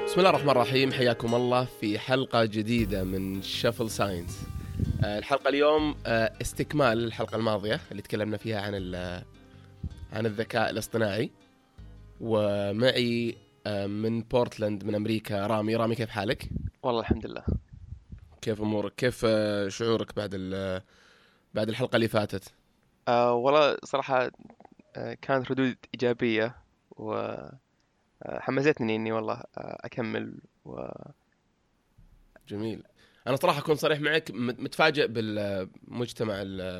بسم الله الرحمن الرحيم، حياكم الله في حلقة جديدة من شفل ساينس. الحلقة اليوم استكمال الحلقة الماضية اللي تكلمنا فيها عن الذكاء الاصطناعي. ومعي من بورتلاند من أمريكا رامي، كيف حالك؟ والله الحمد لله. كيف أمورك؟ كيف شعورك بعد الحلقة اللي فاتت؟ والله صراحة كانت ردود إيجابية وحمستني إني والله أكمل جميل. أنا صراحة أكون صريح معك، متفاجئ بالمجتمع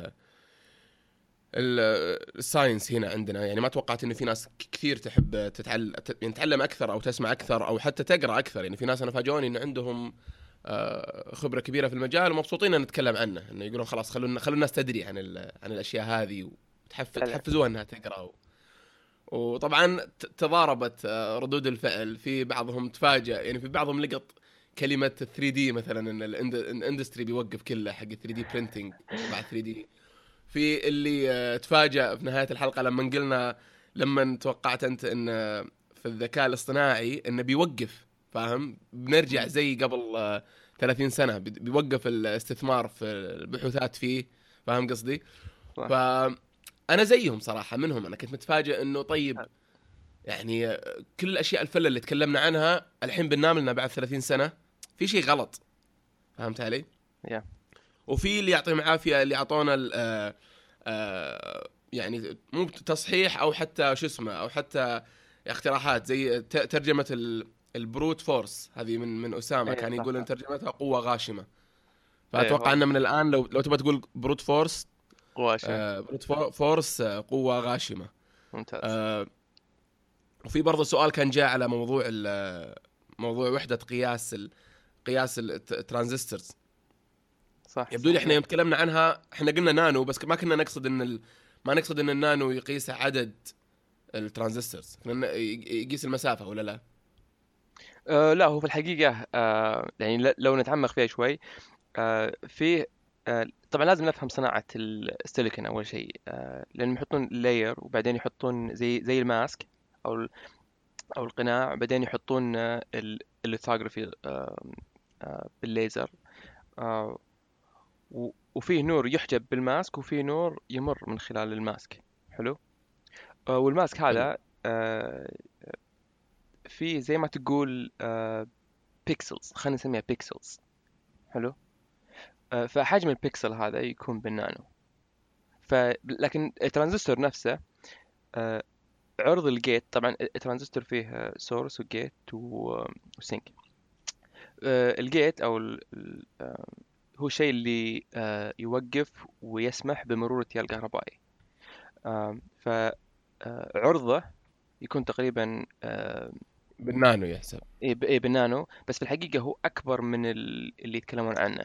الساينس هنا عندنا. يعني ما توقعت انه في ناس كثير تحب تتعلم اكثر او تسمع اكثر او حتى تقرا اكثر. يعني في ناس انا فاجئوني انه عندهم خبره كبيره في المجال ومبسوطين ان نتكلم عنه، انه يقولون خلاص خلوا الناس تدري عن الاشياء هذه فعلا. وتحفزوها انها تقرا. وطبعا تضاربت ردود الفعل. في بعضهم تفاجأ، يعني في بعضهم لقط كلمة 3D مثلا، ان الاندستري بيوقف كله حق 3D printing، طبعا 3D. في اللي تفاجأ في نهاية الحلقة لما توقعت أنت إن في الذكاء الاصطناعي إنه بيوقف، فاهم؟ بنرجع مم. زي قبل 30 سنة، بيوقف الاستثمار في البحوثات فيه، فاهم قصدي؟ صح. فأنا زيهم صراحة، منهم أنا كنت متفاجئ إنه طيب، يعني كل الأشياء الفلة اللي تكلمنا عنها الحين بننام لنا بعد 30 سنة، في شيء غلط. فهمت علي؟ يا وفي اللي يعطيهم العافيه اللي اعطونا يعني مو تصحيح او حتى شو اسمه او حتى اقتراحات، زي ترجمه البروت فورس هذه من اسامه، ايه كان صح يقول ان صح. ترجمتها قوه غاشمه. ايه فاتوقع والله ان من الان لو تبغى تقول بروت فورس، قواشة. بروت فورس قوه غاشمه. ممتاز. آه، وفي برضه سؤال كان جاء على موضوع وحده قياس الترانزستورز. صح يبدو لي صح احنا يا. يوم تكلمنا عنها احنا قلنا نانو، بس ما كنا نقصد ما نقصد ان النانو يقيس عدد الترانزستورز، يقيس المسافة ولا لا؟ لا، هو في الحقيقة يعني لو نتعمق فيها شوي فيه طبعا لازم نفهم صناعة السيليكون أول شيء، لأنهم يحطون لاير وبعدين يحطون زي الماسك أو أو القناع، بعدين يحطون الليثوغرافي بالليزر. آه، وفيه نور يحجب بالماسك وفيه نور يمر من خلال الماسك. حلو. والماسك حلو. هذا فيه زي ما تقول بيكسلز، خلينا نسميها بيكسلز. حلو. فحجم البيكسل هذا يكون بالنانو. لكن الترانزستور نفسه آه، عرض الجيت، طبعا الترانزستور فيه سورس وجيت وسينك. الجيت او هو الشيء اللي يوقف ويسمح بمرور التيار الكهربائي. فعرضه يكون تقريبا بالنانو يحسب. إيه بالنانو، بس في الحقيقة هو أكبر من اللي يتكلمون عنه.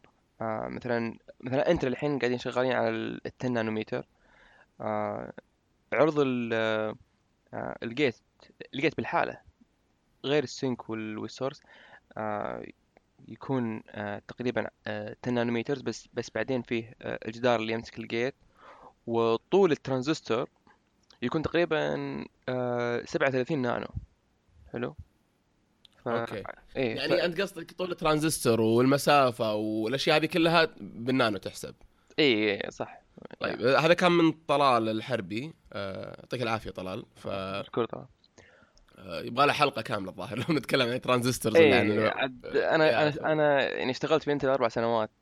مثلا أنت الحين قاعدين شغالين على ال 10 نانومتر. آه، عرض الجيت الجيت بالحالة غير السينك والسورس آه، يكون تقريبا 10 نانومتر، بس بعدين فيه الجدار اللي يمسك الجيت، وطول الترانزستور يكون تقريبا 37 نانو. حلو. ف اوكي. ايه يعني انت قصدك طول الترانزستور والمسافة والاشياء هذه كلها بالنانو تحسب؟ ايه صح. يا طيب هذا كان من طلال الحربي، يعطيك العافية طلال. مشكور طبعا. يبغى له حلقة كاملة الظاهر لو نتكلم عن الترانزستورز ولا عن ايه عد انا يا انا اخي. انا يعني اشتغلت في انتل 4 سنوات.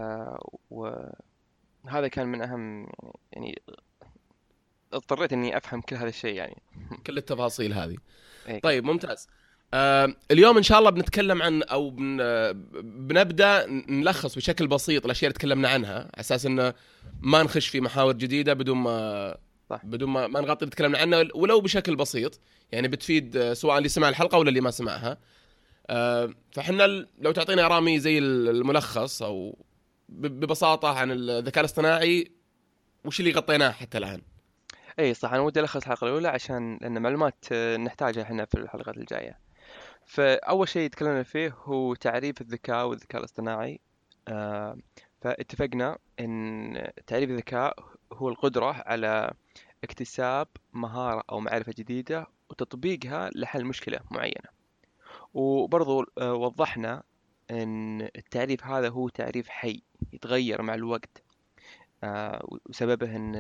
وهذا كان من اهم، يعني اضطريت اني افهم كل هذا الشيء يعني. كل التفاصيل هذه. ايه كده. طيب ممتاز. اليوم ان شاء الله بنتكلم عن او بنبدا نلخص بشكل بسيط الاشياء اللي تكلمنا عنها، على اساس انه ما نخش في محاور جديده صح. بدون ما نغطي اللي تكلمنا عنه ولو بشكل بسيط. يعني بتفيد سواء اللي سمع الحلقه ولا اللي ما سمعها. فحنا لو تعطينا يا رامي زي الملخص او ببساطه عن الذكاء الاصطناعي، وش اللي غطيناه حتى الان. ايه صح، انا ودي الخص الحلقه الاولى عشان لان معلومات نحتاجها احنا في الحلقات الجايه. فاول شيء تكلمنا فيه هو تعريف الذكاء والذكاء الاصطناعي. آه، فاتفقنا ان تعريف الذكاء هو القدره على اكتساب مهاره او معرفه جديده وتطبيقها لحل مشكله معينه. وبرضو وضحنا ان التعريف هذا هو تعريف حي يتغير مع الوقت. وسببه ان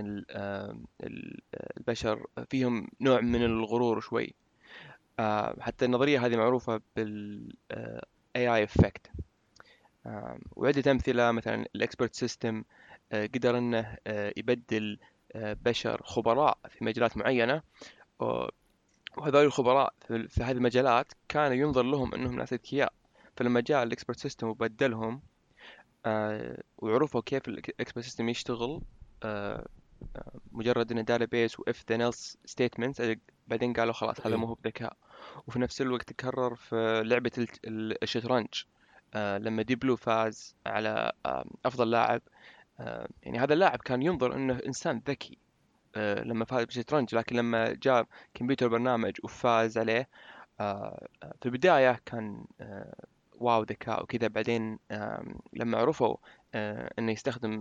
البشر فيهم نوع من الغرور شوي. حتى النظرية هذه معروفة بال AI effect. وعدة أمثلة، مثلا الإكسبرت سيستم قدر أنه يبدل بشر خبراء في مجالات معينة. و- وهذول الخبراء في هذه المجالات كان ينظر لهم أنهم ناس أذكياء. فلما جاء الإكسبرت سيستم وبدلهم وعرفوا كيف الإكسبرت سيستم يشتغل، آه، مجرد انه داتابيس واف ذا نيلس ستيتمنتس، بعدين قالوا خلاص هذا إيه. مو هو بذكاء. وفي نفس الوقت تكرر في لعبة الشطرنج. لما ديب بلو فاز على افضل لاعب. يعني هذا اللاعب كان ينظر انه انسان ذكي لما فاز بالشطرنج، لكن لما جاء كمبيوتر برنامج وفاز عليه، في البداية كان واو ذكاء وكذا. بعدين لما عرفوا انه يستخدم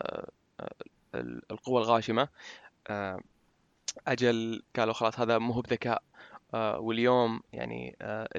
القوة الغاشمة، آه، أجل قالوا خلاص هذا مو هو بذكاء. واليوم يعني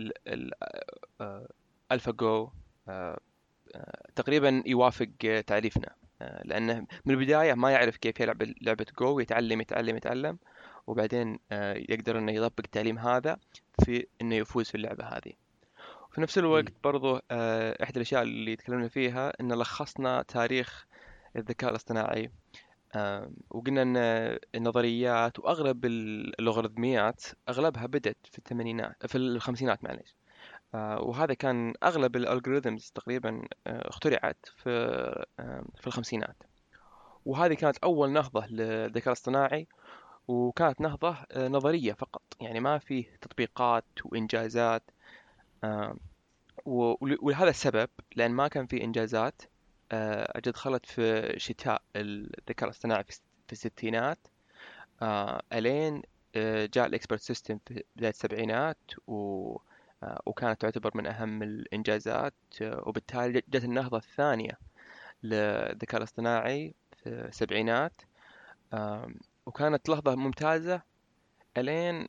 ألفا جو تقريبا يوافق تعريفنا. لأنه من البداية ما يعرف كيف يلعب لعبة جو، يتعلم يتعلم يتعلم، وبعدين يقدر إنه يطبق التعليم هذا في إنه يفوز في اللعبة هذه. في نفس الوقت مم. برضو إحدى الأشياء اللي تكلمنا فيها إن لخصنا تاريخ الذكاء الاصطناعي. وقلنا ان النظريات واغلب اللوغاريتميات اغلبها بدت في الثمانينات، في الخمسينات معليش. وهذا كان اغلب الالجوريثمز تقريبا اخترعت في الخمسينات. وهذه كانت اول نهضة للذكاء الاصطناعي، وكانت نهضة نظرية فقط، يعني ما فيه تطبيقات وانجازات. آم، ولهذا السبب، لان ما كان فيه انجازات، أجل دخلت في شتاء الذكاء الاصطناعي في الستينات. ألين جاء الإكسبرت سيستم في بداية السبعينات، وكانت تعتبر من أهم الإنجازات. وبالتالي جت النهضة الثانية للذكاء الاصطناعي في السبعينات. وكانت لحظة ممتازة. ألين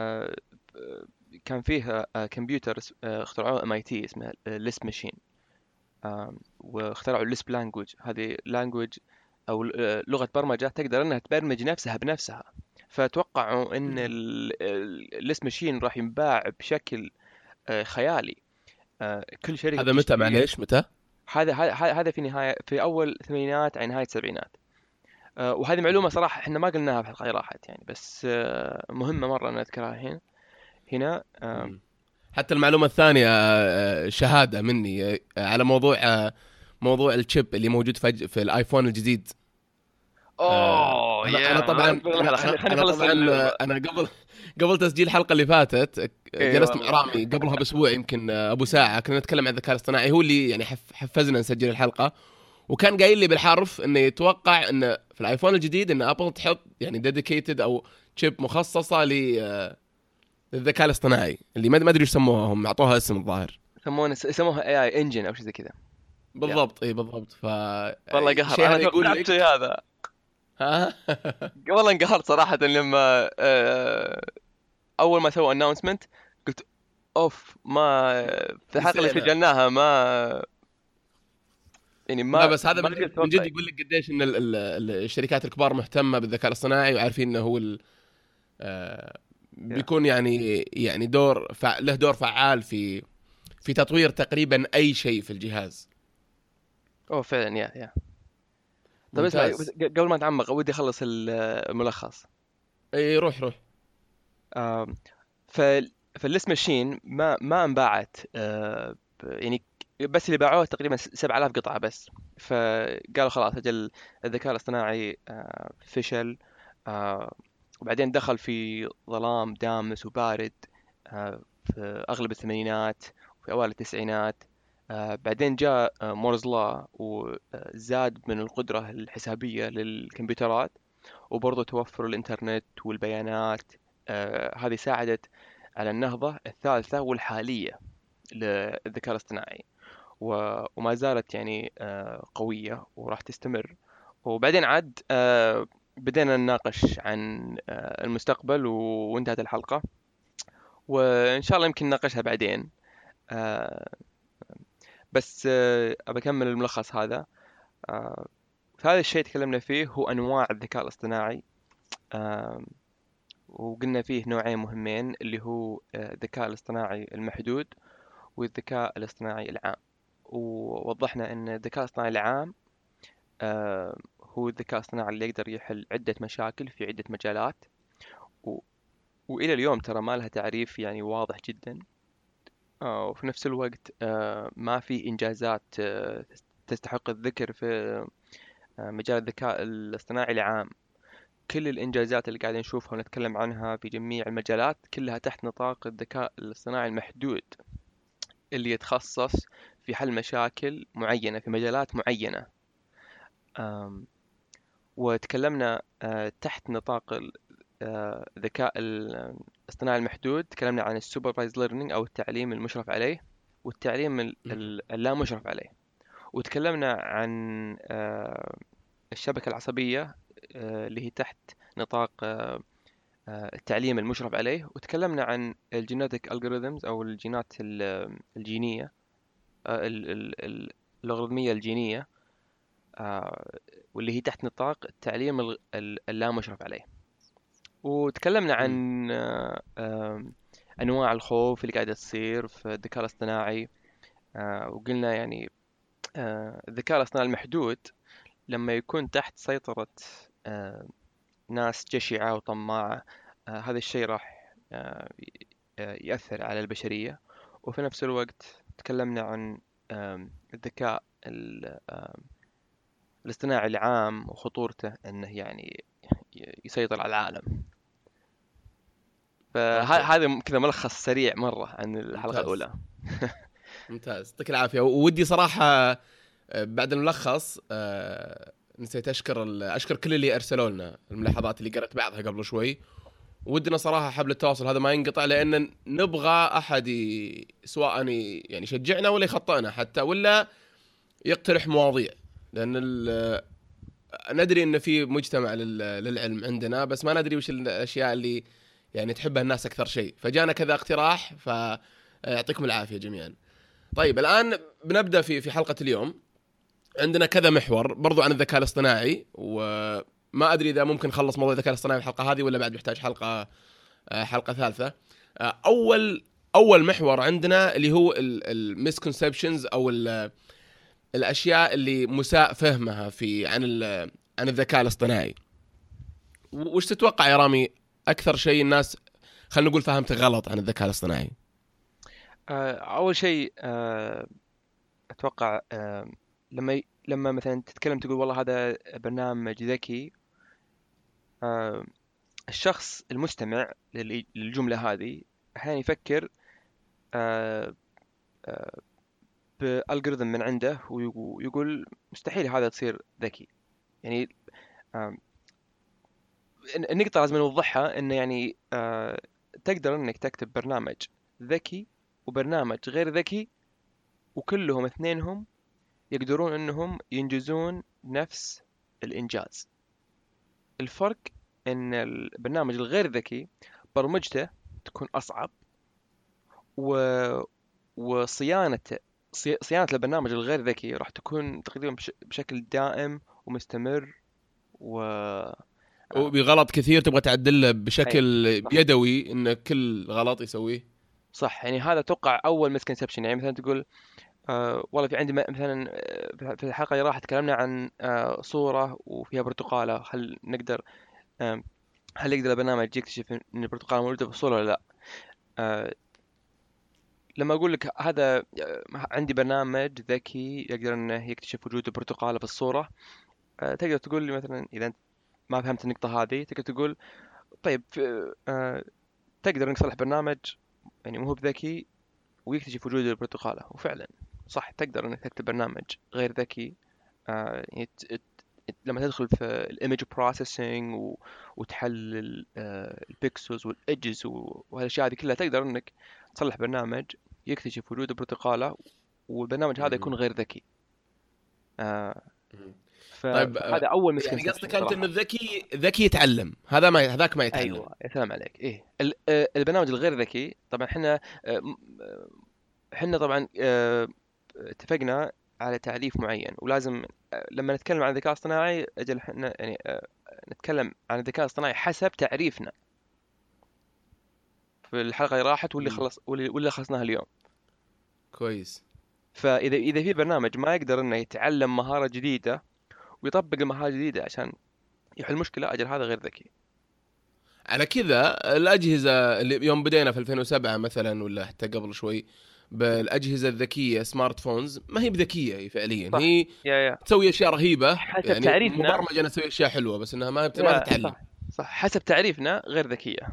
كان فيه كمبيوتر اخترعوه MIT اسمه ليسب ماشين. واخترعوا الليسب لانجوج. هذه لانجوج او لغه برمجه تقدر انها تبرمج نفسها بنفسها. فتوقعوا ان الليسب ماشين راح ينباع بشكل خيالي. كل شركه هذا متى بتشتريه. معليش متى؟ هذا في نهايه، في اول الثمانينات على نهايه السبعينات. وهذه معلومه صراحه احنا ما قلناها في الحلقه اللي راحت يعني، بس مهمه مره ان نذكرها هنا. مم. حتى المعلومة الثانية شهادة مني على موضوع موضوع الشيب اللي موجود في الايفون الجديد. اوه انا يا طبعا لحظه، خليني انا اخلص طبعا انا قبل تسجيل الحلقه اللي فاتت اي جلست مع والله. رامي قبلها باسبوع يمكن ابو ساعه، كنا نتكلم عن الذكاء الاصطناعي، هو اللي يعني حفزنا نسجل الحلقه. وكان قايل لي بالحرف انه يتوقع انه في الايفون الجديد ان ابل تحط يعني ديديكيتد او شيب مخصصه للذكاء الاصطناعي، اللي ما ادري ايش سموها، هم اعطوها اسم الظاهر. يسموها AI انجن او شيء زي كذا. يا بالضبط، اي بالضبط. والله قهر، شيء انا هذا يقول توقعت شيء لك. هذا. ها. والله انقهرت صراحة لما اول ما سووا اناونسمنت قلت اوف. ما في الحلقة اللي نسينا. سجلناها ما يعني لا ما بس هذا ما من قدرت جد من جد اتوقع. يقول لك قديش ان الشركات الكبار مهتمه بالذكاء الاصطناعي، وعارفين انه هو يا بيكون يعني له دور فعال في تطوير تقريبا اي شيء في الجهاز. اوه فعلا يا. طيب اسمع، بس ممتاز. قبل ما نتعمق ودي اخلص الملخص. اي روح روح. آم، ف فالليست ماشين ما انباعت يعني بس اللي باعوه تقريبا 7000 قطعة بس. فقالوا خلاص أجل الذكاء الاصطناعي فشل. آه، وبعدين دخل في ظلام دامس وبارد في أغلب الثمانينات وفي أوائل التسعينات. بعدين جاء مورز لا وزاد من القدرة الحسابية للكمبيوترات، وبرضه توفر الإنترنت والبيانات. هذه ساعدت على النهضة الثالثة والحالية للذكاء الاصطناعي. وما زالت يعني قوية وراح تستمر. وبعدين عاد بدينا نناقش عن المستقبل وانتهت الحلقة. وإن شاء الله يمكن نناقشها بعدين. آه، بس أبى أكمل الملخص هذا. آه، فهذا الشيء تكلمنا فيه هو أنواع الذكاء الاصطناعي. آه، وقلنا فيه نوعين مهمين، اللي هو الذكاء الاصطناعي المحدود والذكاء الاصطناعي العام. ووضحنا أن الذكاء الاصطناعي العام هو الذكاء الاصطناعي اللي يقدر يحل عدة مشاكل في عدة مجالات، و... وإلى اليوم ترى ما لها تعريف يعني واضح جدا. وفي نفس الوقت ما في إنجازات تستحق الذكر في مجال الذكاء الاصطناعي العام. كل الإنجازات اللي قاعدين نشوفها ونتكلم عنها في جميع المجالات كلها تحت نطاق الذكاء الاصطناعي المحدود، اللي يتخصص في حل مشاكل معينة في مجالات معينة. آم، وتكلمنا تحت نطاق الذكاء الاصطناعي المحدود، تكلمنا عن السوبرفايزد ليرنينج أو التعليم المشرف عليه، والتعليم اللا مشرف عليه. وتكلمنا عن الشبكة العصبية اللي هي تحت نطاق التعليم المشرف عليه. وتكلمنا عن الجيناتيك الجوريثمز أو الجينات الجينية، اللوغاريتمية الجينية، واللي هي تحت نطاق التعليم اللا مشرف عليه. وتكلمنا عن أنواع الخوف اللي قاعدة تصير في الذكاء الاصطناعي. وقلنا يعني الذكاء الاصطناعي المحدود لما يكون تحت سيطرة ناس جشعة وطماعة، هذا الشيء راح يأثر على البشرية. وفي نفس الوقت تكلمنا عن الذكاء الاصطناعي العام وخطورته انه يعني يسيطر على العالم. فهذا كذا ملخص سريع مرة عن الحلقة الأولى. ممتاز، يعطيك العافية. ودي صراحة بعد الملخص نسيت أشكر كل اللي أرسلوا لنا الملاحظات اللي قرأت بعضها قبل شوي. ودنا صراحة حبل التواصل هذا ما ينقطع، لأن نبغى أحد سواء يعني يشجعنا ولا يخطئنا حتى، ولا يقترح مواضيع، لأن ندري إن في مجتمع للعلم عندنا، بس ما ندري وش الأشياء اللي يعني تحبها الناس أكثر شيء. فجانا كذا اقتراح، فيعطيكم العافية جميعا. طيب الآن بنبدأ في حلقة اليوم. عندنا كذا محور برضو عن الذكاء الاصطناعي، وما أدري إذا ممكن نخلص موضوع الذكاء الاصطناعي في الحلقة هذه ولا بعد محتاج حلقة ثالثة. أول محور عندنا اللي هو المسكونسبشنز أو الأشياء اللي مساء فهمها عن الذكاء الاصطناعي. وش تتوقع يا رامي أكثر شيء الناس خلينا نقول فهمته غلط عن الذكاء الاصطناعي؟ أول شيء أتوقع لما مثلا تتكلم تقول والله هذا برنامج ذكي، الشخص المستمع للجملة هذه أحيانا يفكر بألجوريثم من عنده ويقول مستحيل هذا تصير ذكي. يعني النقطة لازم نوضحها إنه يعني تقدر إنك تكتب برنامج ذكي وبرنامج غير ذكي، وكلهم اثنينهم يقدرون إنهم ينجزون نفس الإنجاز. الفرق إن البرنامج الغير ذكي برمجته تكون أصعب، وصيانة البرنامج الغير ذكي راح تكون تقريبا بشكل دائم ومستمر، وبغلط كثير تبغى تعدله بشكل يدوي، إن كل غلط يسويه. صح. يعني هذا توقع أول مسكنسبشن. يعني مثلا تقول والله في عندي مثلا في الحلقة اللي راحت تكلمنا عن صورة وفيها برتقالة، هل يقدر البرنامج يكتشف إن البرتقالة موجودة في الصورة ولا لا؟ لما أقول لك هذا عندي برنامج ذكي يقدر إنه يكتشف وجود البرتقالة في الصورة، تقدر تقول لي مثلا إذا أنت ما فهمت النقطة هذه تقدر تقول طيب تقدر إنك تصلح برنامج يعني مو بذكي ويكتشف وجود البرتقالة. وفعلا صح، تقدر إنك تكتب برنامج غير ذكي يعني لما تدخل في الايمج بروسيسنج وتحلل البيكسلز والايدجز وهالاشياء هذه كلها، تقدر انك تصلح برنامج يكتشف وجود البرتقالة والبرنامج هذا يكون غير ذكي. طيب هذا اول مسكين. يعني قصدك انت انه ذكي يتعلم، هذاك ما يتعلم. ايوه يا سلام عليك. ايه البرنامج الغير ذكي طبعا احنا حنا طبعا اتفقنا على تعريف معين، ولازم لما نتكلم عن الذكاء الاصطناعي اجل احنا يعني نتكلم عن الذكاء الاصطناعي حسب تعريفنا في الحلقة اللي راحت واللي مم. خلص واللي خلصناها اليوم. كويس. فإذا في برنامج ما يقدر إنه يتعلم مهارة جديدة ويطبق المهارة الجديدة عشان يحل مشكلة، أجل هذا غير ذكي. على كذا الأجهزة اللي يوم بدينا في 2007 مثلا ولا حتى قبل شوي بالأجهزة الذكية سمارت فونز، ما هي بذكية هي فعليا، صح. هي يا تسوي أشياء رهيبة حسب يعني تعريفنا. مبرمجة أنها تسوي أشياء حلوة، بس إنها ما يا تتعلم. صح. صح، حسب تعريفنا غير ذكية.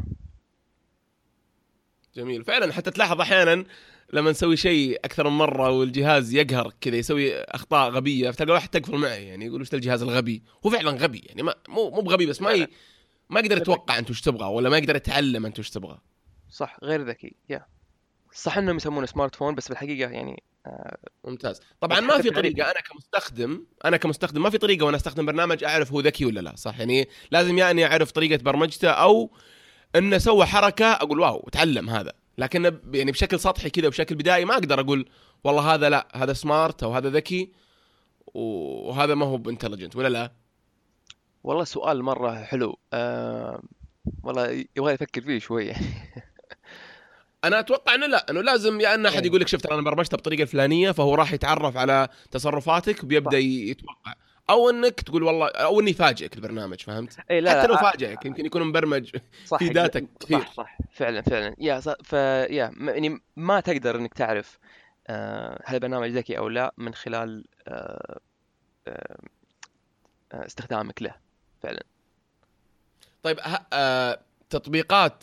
جميل فعلا. حتى تلاحظ أحيانا لما نسوي شيء أكثر من مرة والجهاز يقهر كذا يسوي أخطاء غبية، فتلقى واحد تقفل معي يعني يقول وش الجهاز الغبي. هو فعلا غبي يعني، مو بغبي بس لا لا، ما يقدر غير ذكي. يتوقع أنت وش تبغى، ولا ما يقدر يتعلم أنت وش تبغى. صح، غير ذكي. صح انهم يسمونه سمارت فون، بس بالحقيقة يعني ممتاز. طبعا بس ما حسب في تعريفنا. طريقه انا كمستخدم ما في طريقه وانا استخدم برنامج اعرف هو ذكي ولا لا، صح؟ يعني لازم يا اني اعرف طريقه برمجته او انه سوى حركه اقول واو تعلم هذا، لكن يعني بشكل سطحي كذا وبشكل بدائي ما اقدر اقول والله هذا لا هذا سمارت او هذا ذكي وهذا ما هو بانتليجنت ولا لا. والله سؤال مرة حلو. والله يبغى يفكر فيه شوية. انا اتوقع انه لا، انه لازم يا ان احد ايه. يقول لك شفت انا برمجتها بالطريقه الفلانيه فهو راح يتعرف على تصرفاتك وبيبدا صح. يتوقع، او انك تقول والله، او انه يفاجئك البرنامج، فهمت؟ اي لا حتى لو لا. فاجئك يمكن يكون مبرمج صح. في داتا صح كثير. صح، فعلا فعلا. يعني ما تقدر انك تعرف هل البرنامج ذكي او لا من خلال آه، استخدامك له فعلا. طيب تطبيقات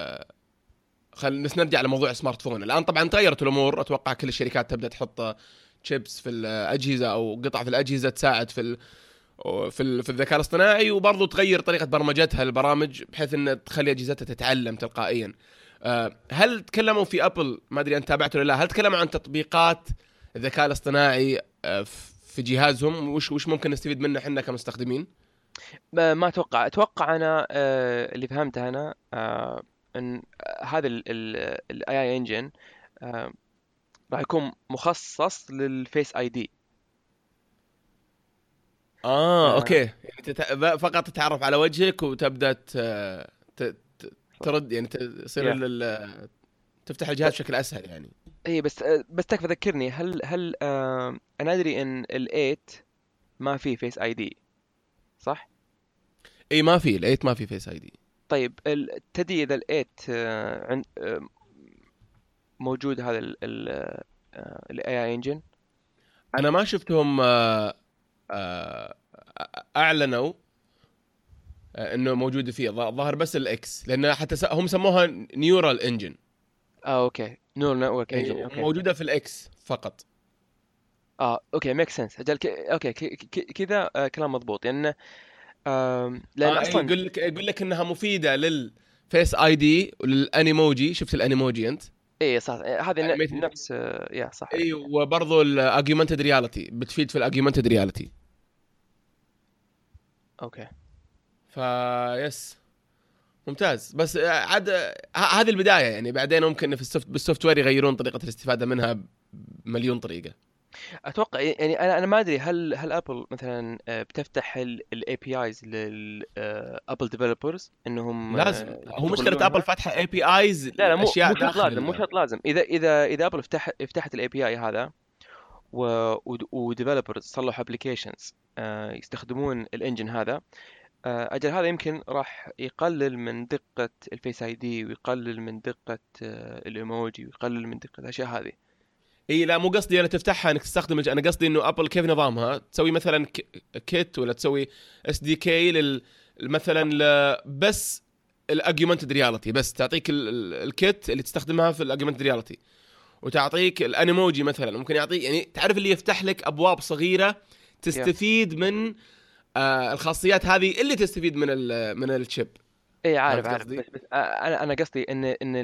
بس نرجع لموضوع السمارت فون. الان طبعا تغيرت الامور، اتوقع كل الشركات تبدا تحط تشيبس في الاجهزه او قطع في الاجهزه تساعد في الذكاء الاصطناعي، وبرضه تغير طريقه برمجتها البرامج بحيث ان تخلي اجهزتها تتعلم تلقائيا. هل تكلموا في ابل، ما ادري انت تابعت ولا لا، هل تكلموا عن تطبيقات الذكاء الاصطناعي في جهازهم، وش ممكن نستفيد منه احنا كمستخدمين؟ ما اتوقع انا اللي فهمته انا ان هذا الاي اي انجن راح يكون مخصص للفيس اي دي. اوكي، يعني فقط تتعرف على وجهك وتبدا ت... ترد يعني تصير يا تفتح الجهاز بشكل اسهل يعني. اي بس تكفى ذكرني، هل انا ادري ان ال8 ما فيه فيس اي دي، صح؟ اي ما في الايت ما في فيس اي دي. طيب تدري اذا ال8 عند موجود هذا الاي اي انجن؟ انا ما شفتهم آه، اعلنوا انه موجود فيه، ظهر بس الاكس، لان حتى هم سموها نيورال انجن. اوكي، نور نتورك انجن. يعني اوكي. موجوده في الاكس فقط. اوكي، ميك سنس. اجل اوكي، كذا كلام مضبوط يعني. لان اصلا يقول لك انها مفيده للفيس اي دي وللانيموجي. شفت الانيموجي انت؟ ايه صح، هذه Animated. نفس يا صح. اي وبرضه الاجيومنتد رياليتي بتفيد في الاجيومنتد رياليتي. اوكي. يس ممتاز. بس عاد هذه البدايه يعني، بعدين ممكن في بالسوفت وير يغيرون طريقه الاستفاده منها بمليون طريقه. اتوقع يعني انا ما ادري هل ابل مثلا بتفتح الاي بي ايز للابل ديفلوبرز انهم لازم، هو مشكله ابل يستغلونها. فاتحه اي بي ايز لا لا، اشياء مو شرط داخل لازم، مو شرط لازم. اذا ابل فتحت الاي بي اي هذا وديفلوبرز صلحوا ابلكيشنز يستخدمون الانجن هذا، اجل هذا يمكن راح يقلل من دقة الفيس اي دي، ويقلل من دقة الايموجي، ويقلل من دقة الاشياء هذه. اي لا مو قصدي انا تفتحها انك تستخدم انا قصدي انه ابل كيف نظامها تسوي مثلا كيت ولا تسوي اس دي كي مثلا بس الاجيومنتد رياليتي، بس تعطيك الكيت اللي تستخدمها في الاجيومنتد رياليتي، وتعطيك الانيموجي مثلا، ممكن يعطيك يعني تعرف اللي يفتح لك ابواب صغيره يا تستفيد من الخاصيات هذه اللي تستفيد من الشيب. ايه، عارف فهمت عارف. قصدي؟ بس انا قصدي ان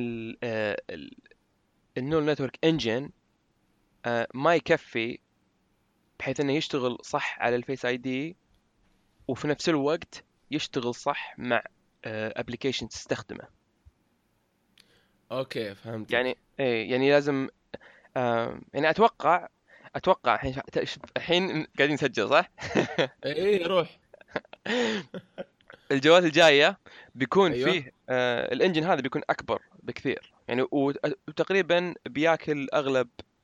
النول نتورك انجن ما يكفي بحيث انه يشتغل صح على الفيس اي دي، وفي نفس الوقت يشتغل صح مع ابلكيشن تستخدمه. اوكي فهمتك. يعني ايه، يعني لازم يعني اتوقع الحين قاعدين نسجل صح. ايه روح. الجوات الجايه بيكون ايوه. فيه الانجن هذا بيكون اكبر بكثير يعني، وتقريبا بياكل اغلب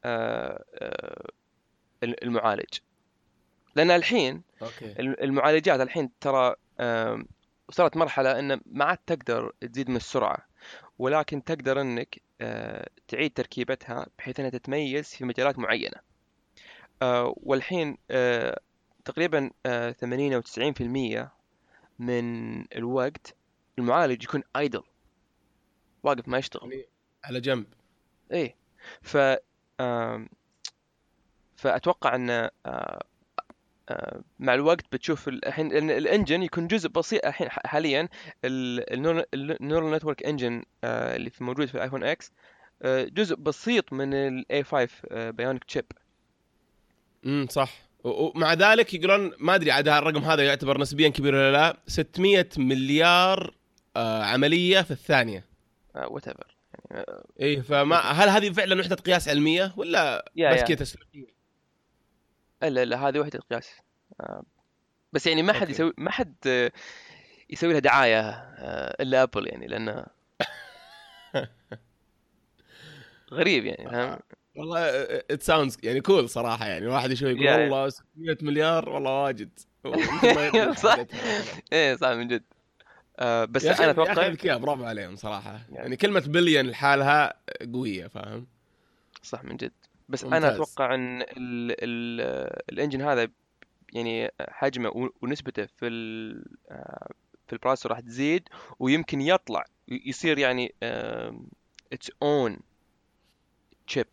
المعالج. لان الحين اوكي. المعالجات الحين ترى وصلت مرحله ان ما عاد تقدر تزيد من السرعه، ولكن تقدر انك تعيد تركيبتها بحيث انها تتميز في مجالات معينه. والحين تقريبا 80 او 90% من الوقت المعالج يكون ايدل، واقف ما يشتغل. يعني على جنب. ايه. ف آم، فاتوقع ان مع الوقت بتشوف الحين لان الانجن يكون جزء بسيط الحين حاليا. النيورال نتورك انجن اللي موجود في الايفون اكس جزء بسيط من الاي 5 بايونيك تشيب. صح. ومع ذلك يقولون ما ادري عاد الرقم هذا يعتبر نسبيا كبير ولا لا، 600 مليار عمليه في الثانيه. وات ايفر يعني. ايه فما هل هذه فعلا وحده قياس علميه ولا بس يا كذا تسويقيه؟ لا هذه وحده قياس. بس يعني اوكي. ما حد يسوي لها دعايه الا ابل يعني، لانه غريب يعني فاهم. والله ات ساوندز يعني كول صراحه، يعني الواحد يشوف يقول يا والله 600 مليار والله واجد، ومثل ما يبدو صح. فائدتها مثلا. ايه صح من جد. بس يا اخي انا يا اخي اتوقع ذكياء، برافو عليهم صراحه، يعني يعني كلمه بليون لحالها قويه، فاهم. صح من جد. بس انا ممتاز. اتوقع ان الانجن هذا يعني حجمه ونسبته في البروسيسور راح تزيد، ويمكن يطلع يصير يعني its own chip.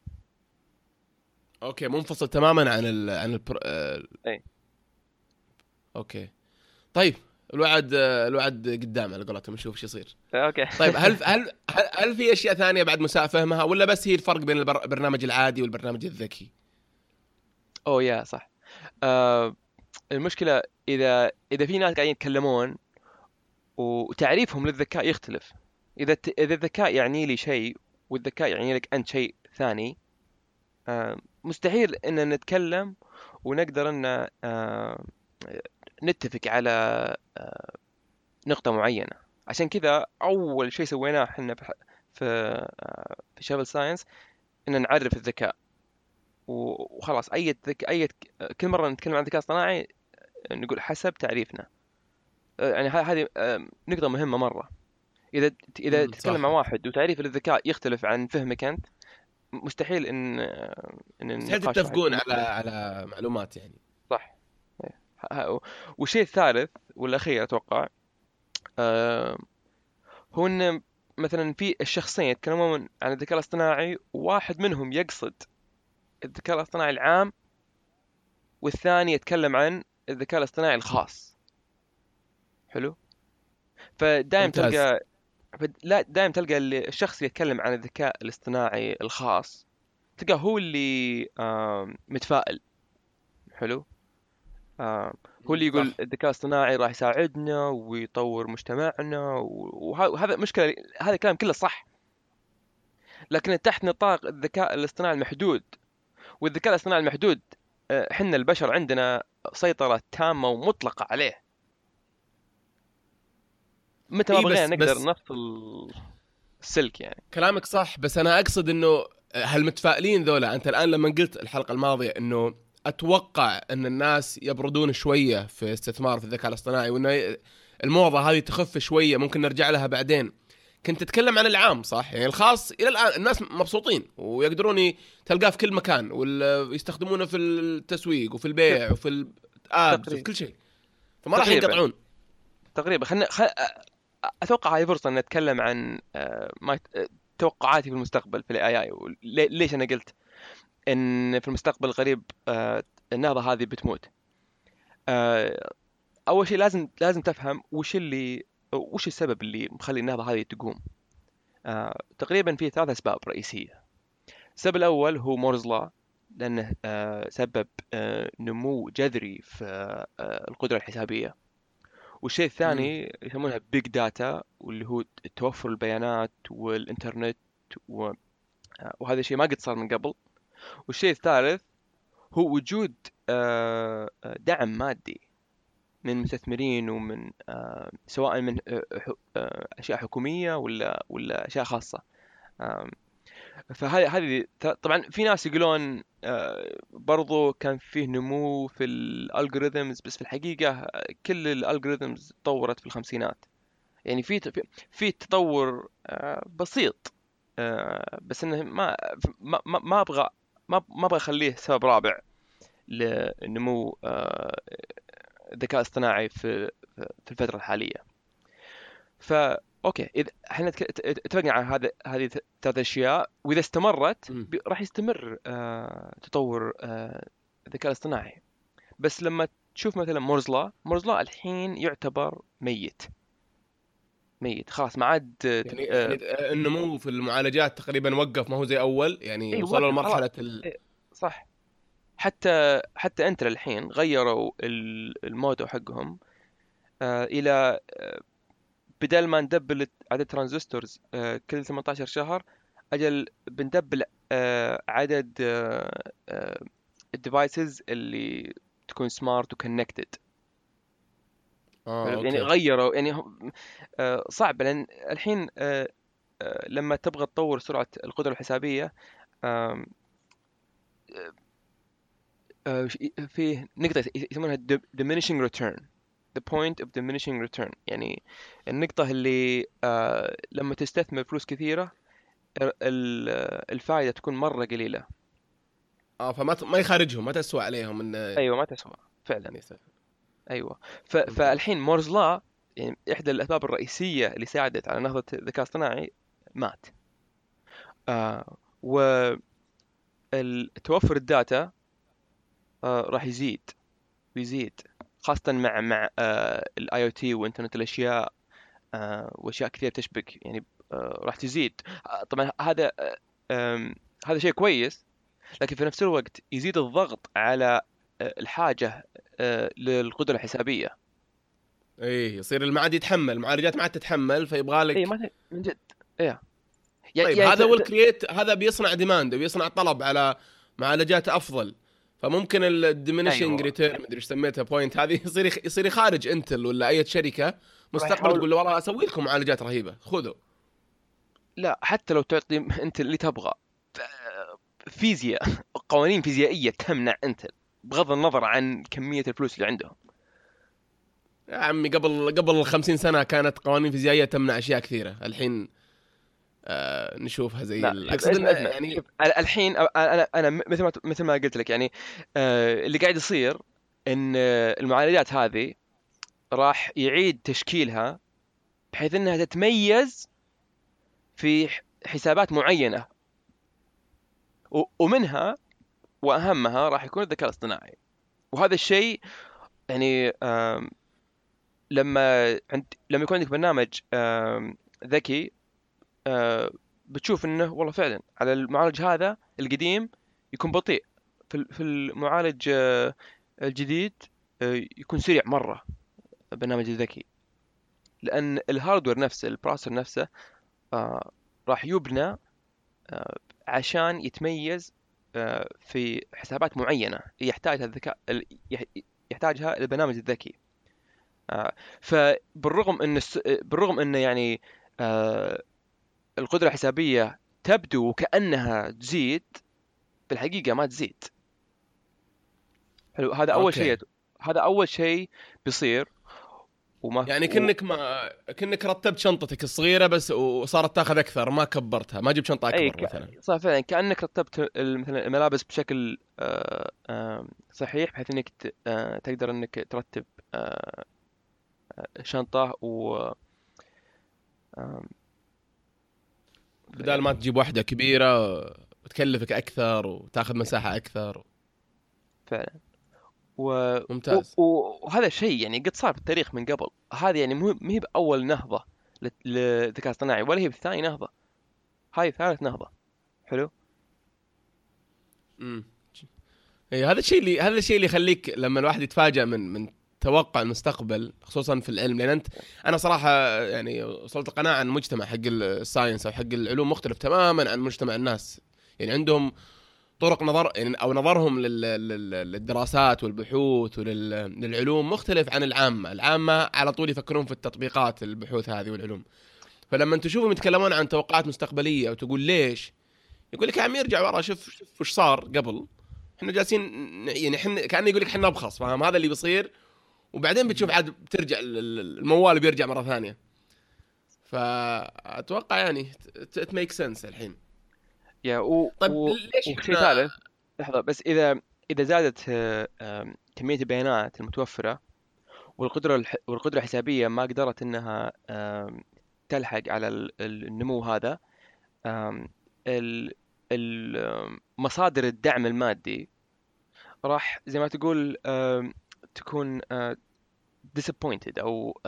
اوكي منفصل تماما عن اي اوكي. طيب الوعد قدام على قولتهم، نشوف ايش يصير. اوكي. طيب هل في اشياء ثانيه بعد مساء فهمها، ولا بس هي الفرق بين البرنامج العادي والبرنامج الذكي؟ اوه يا صح. آه المشكلة إذا في ناس قاعدين يتكلمون وتعريفهم للذكاء يختلف. إذا الذكاء يعني لي شيء والذكاء يعني لك أنت شيء ثاني، مستحيل إن نتكلم ونقدر إن نتفق على نقطة معينة. عشان كذا أول شيء سويناه إحنا في شابل ساينس إن نعرف الذكاء. وخلاص كل مرة نتكلم عن الذكاء الاصطناعي نقول حسب تعريفنا. يعني هذه نقطة مهمة مرة. إذا تتكلم صح. مع واحد وتعريفه للذكاء يختلف عن فهمك أنت، مستحيل إن مستحيل النقاش راح يكون تتفقون على مقنع. معلومات يعني. صح. إيه. والشيء الثالث والأخير أتوقع آه، هو إن مثلا في الشخصين يتكلمون عن الذكاء الاصطناعي، وواحد منهم يقصد الذكاء الاصطناعي العام، والثاني يتكلم عن الذكاء الاصطناعي الخاص. حلو. فدائم ممتاز. تلقى لا دائم تلقى الشخص اللي يتكلم عن الذكاء الاصطناعي الخاص تلقاه هو اللي متفائل. حلو. هو اللي يقول صح. الذكاء الاصطناعي راح يساعدنا ويطور مجتمعنا، وهذا مشكلة. هذا الكلام كله صح، لكن تحت نطاق الذكاء الاصطناعي المحدود. والذكاء الاصطناعي المحدود احنا البشر عندنا سيطرة تامة ومطلقة عليه. متى ما اي بغينا نقدر بس نفصل السلك يعني. كلامك صح، بس انا اقصد انه هالمتفائلين ذولا، انت الان لما قلت الحلقه الماضيه انه اتوقع ان الناس يبردون شويه في استثمار في الذكاء الاصطناعي، وانه الموضه هذه تخف شويه ممكن نرجع لها بعدين. كنت تتكلم عن العام صح؟ يعني الخاص الى الان الناس مبسوطين ويقدرون تلقاه في كل مكان، ويستخدمونه في التسويق وفي البيع وفي الابس وفي تقريبا كل شيء، فما راح تقريبا ينقطعون. تقريبا اتوقع هاي فرصه ان نتكلم عن توقعاتي في المستقبل في الاي اي. ليش انا قلت ان في المستقبل القريب النهضه هذه بتموت. آه، اول شيء لازم تفهم وش السبب اللي مخلي النهضه هذه تقوم. تقريبا في 3 اسباب رئيسيه. السبب الاول هو مورز لا، لانه سبب نمو جذري في القدره الحسابيه. والشيء امم الثاني يسمونها بيج داتا، واللي هو توفر البيانات والإنترنت وهذا الشيء ما قد صار من قبل. والشيء الثالث هو وجود دعم مادي من مستثمرين ومن سواء من أشياء حكومية ولا أشياء خاصة. فهذه طبعا في ناس يقولون برضو كان فيه نمو في الالجوريثمز، بس في الحقيقة كل الالجوريثمز تطورت في الخمسينات. يعني في تطور بسيط، بس انه ما ابغى اخليه سبب رابع لنمو الذكاء الاصطناعي في الفترة الحالية. اوكي، اذا احنا اتفقنا على هذه ثلاث اشياء، واذا استمرت راح يستمر تطور الذكاء الاصطناعي. بس لما تشوف مثلا مورز لا الحين يعتبر ميت خلاص، ما عاد يعني النمو في المعالجات تقريبا وقف، ما هو زي اول، يعني وصلوا لمرحله صح. حتى انت الحين غيروا المودو حقهم الى بدل ما ندبل عدد ترانزستورز كل 18 شهر، اجل بندبل عدد الديفايسز اللي تكون سمارت وكونكتد. يعني غيروا، يعني صعب، لان الحين لما تبغى تطور سرعة القدرة الحسابية في نقطة يسمونها diminishing return, the point of diminishing return. يعني النقطة اللي لما تستثمر فلوس كثيرة الفائدة تكون مرة قليلة. فما يخارجهم، ما تسوى عليهم إن أيوة ما تسوى فعلا. أيوة. فالحين مورز لا، يعني إحدى الأسباب الرئيسية اللي ساعدت على نهضة الذكاء الاصطناعي مات. وتوفر الداتا راح يزيد خاصة مع الاي او تي وانترنت الاشياء واشياء كثير تشبك، يعني راح تزيد. طبعا هذا شيء كويس، لكن في نفس الوقت يزيد الضغط على الحاجة للقدرة الحسابية. يصير المعاد يتحمل، المعالجات ما عاد تتحمل، فيبغى لك من جد. طيب هذا هو الكرييت، هذا بيصنع ديماند وبيصنع طلب على معالجات افضل. فممكن الديمينيشنج ريتيرن مدري ايش سميتها بوينت، هذه يصير يخارج انتل ولا اي شركه مستقبل تقول له والله اسوي لكم معالجات رهيبه خذوا. لا، حتى لو تعطي انت اللي تبغى فيزياء، قوانين فيزيائيه تمنع انت، بغض النظر عن كميه الفلوس اللي عندهم. يا عمي قبل 50 سنه كانت قوانين فيزيائيه تمنع اشياء كثيره، الحين نشوفها زي يعني الحين انا مثل ما قلت لك، يعني اللي قاعد يصير ان المعالجات هذه راح يعيد تشكيلها بحيث انها تتميز في حسابات معينة، ومنها واهمها راح يكون الذكاء الاصطناعي. وهذا الشيء يعني لما يكون عندك برنامج ذكي بتشوف انه والله فعلا على المعالج هذا القديم يكون بطيء، في المعالج الجديد يكون سريع مرة البرنامج الذكي، لأن الهاردوير نفسه، البروسيسور نفسه راح يبنى عشان يتميز في حسابات معينة يحتاجها الذكاء، يحتاجها البرنامج الذكي. بالرغم ان يعني القدرة الحسابية تبدو وكأنها تزيد، في الحقيقة ما تزيد. حلو، هذا أول شيء بيصير. يعني كأنك رتبت شنطتك الصغيرة بس وصارت تاخذ أكثر، ما كبرتها، ما جبت شنطة أكبر مثلا. صح فعلا، كأنك رتبت مثلا الملابس بشكل صحيح، بحيث انك تقدر انك ترتب شنطة بدال ما تجيب واحدة كبيرة وتكلفك أكثر وتاخذ مساحة أكثر. فعلا. ممتاز. وهذا الشيء يعني قد صار في التاريخ من قبل. هذه يعني مو هي بأول نهضة للذكاء الاصطناعي، ولا هي بثاني نهضة، هاي ثالث نهضة. حلو. هذا الشيء اللي يخليك لما الواحد يتفاجأ من توقع المستقبل، خصوصا في العلم. لأن أنا صراحة يعني وصلت قناعة أن مجتمع حق الساينس أو حق العلوم مختلف تماما عن مجتمع الناس. يعني عندهم طرق نظر يعني او نظرهم للدراسات والبحوث وللعلوم مختلف عن العامه على طول يفكرون في التطبيقات البحوث هذه والعلوم. فلما تشوفهم يتكلمون عن توقعات مستقبليه وتقول ليش، يقول لك يا عم يرجع ورا، شوف وش صار قبل، احنا جالسين يعني احنا كانه يقول لك احنا نبخص، فاهم؟ هذا اللي بيصير، وبعدين بتشوف عاد بترجع الموال بيرجع مره ثانيه. فاتوقع يعني it makes sense الحين. يا طيب ليش وشيء احنا ثالث، لحظة بس، إذا زادت كمية البيانات المتوفرة، والقدرة الحسابية ما قدرت إنها تلحق على النمو هذا، آم، ال- مصادر الدعم المادي راح زي ما تقول تكون disappointed، أو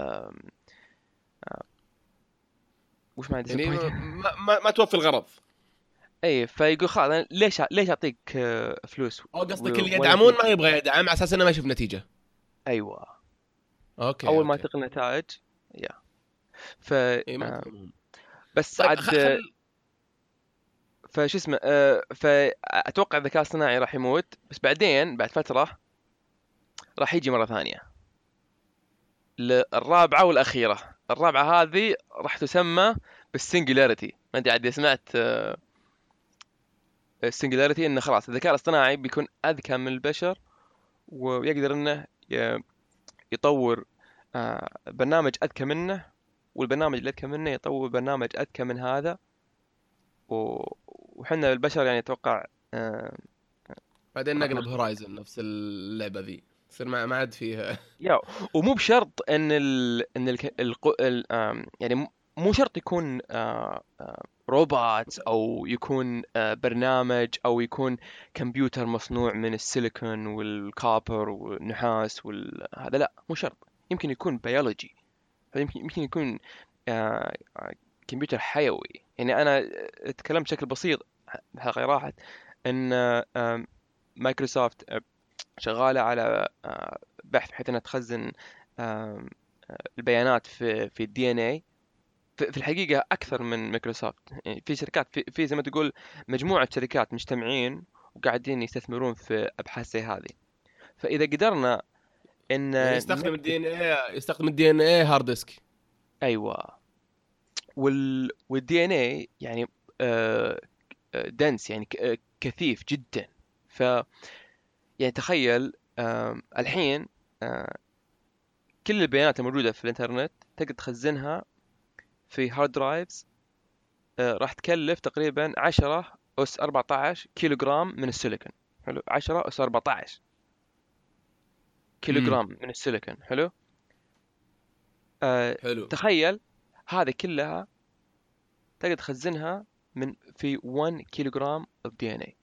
وش معنى يعني disappointed؟ ما توفي الغرض، اي، فيقول خلاص أنا ليش اعطيك فلوس او قصدك اللي ولا يدعمون في. ما يبغى يدعم على اساس انه ما يشوف نتيجه. ايوه، اوكي اول ما اوكي. تلقى النتائج. يا ف اي منطقي. بس طيب عاد فشو اسمه فاتوقع الذكاء الصناعي راح يموت، بس بعدين بعد فتره راح يجي مره ثانيه الرابعه والاخيره. الرابعه هذه راح تسمى بالسنجولاريتي. ما ادري عاد سمعت السنجولاريتي، انه خلاص الذكاء الاصطناعي بيكون اذكى من البشر، ويقدر انه يطور برنامج اذكى منه، والبرنامج اللي اذكى منه يطور برنامج اذكى من هذا، وحنا البشر يعني اتوقع بعدين راح نقلب نخسر. هورايزن نفس اللعبه ذي، يصير ما عاد فيها. يا ومو بشرط ان ان يعني مو شرط يكون روبوت، او يكون برنامج، او يكون كمبيوتر مصنوع من السيليكون والكابر والنحاس هذا لا، مو شرط. يمكن يكون بيولوجي، يمكن يكون آه، كمبيوتر حيوي. يعني انا اتكلمت بشكل بسيط الحلقه راحت ان مايكروسوفت شغاله على بحث بحيث انها تخزن آم، البيانات في الدي ان اي. في الحقيقه اكثر من مايكروسوفت، يعني في شركات، في زي ما تقول مجموعه شركات مجتمعين وقاعدين يستثمرون في ابحاث زي هذه. فاذا قدرنا ان يعني يستخدم نكتب. الدي ان اي، يستخدم الدي ان اي هارد ديسك. ايوه، والدي ان اي يعني دنس، يعني كثيف جدا. ف يعني تخيل الحين آه، كل البيانات الموجودة في الإنترنت تقدر تخزنها في هارد درايفز راح تكلف تقريبا 10 أس 14 كيلو جرام من السيليكون. حلو، 10 أس 14 كيلو امم جرام من السيليكون. حلو. أه حلو. تخيل هذه كلها تقدر تخزنها في 1 كيلو جرام of DNA.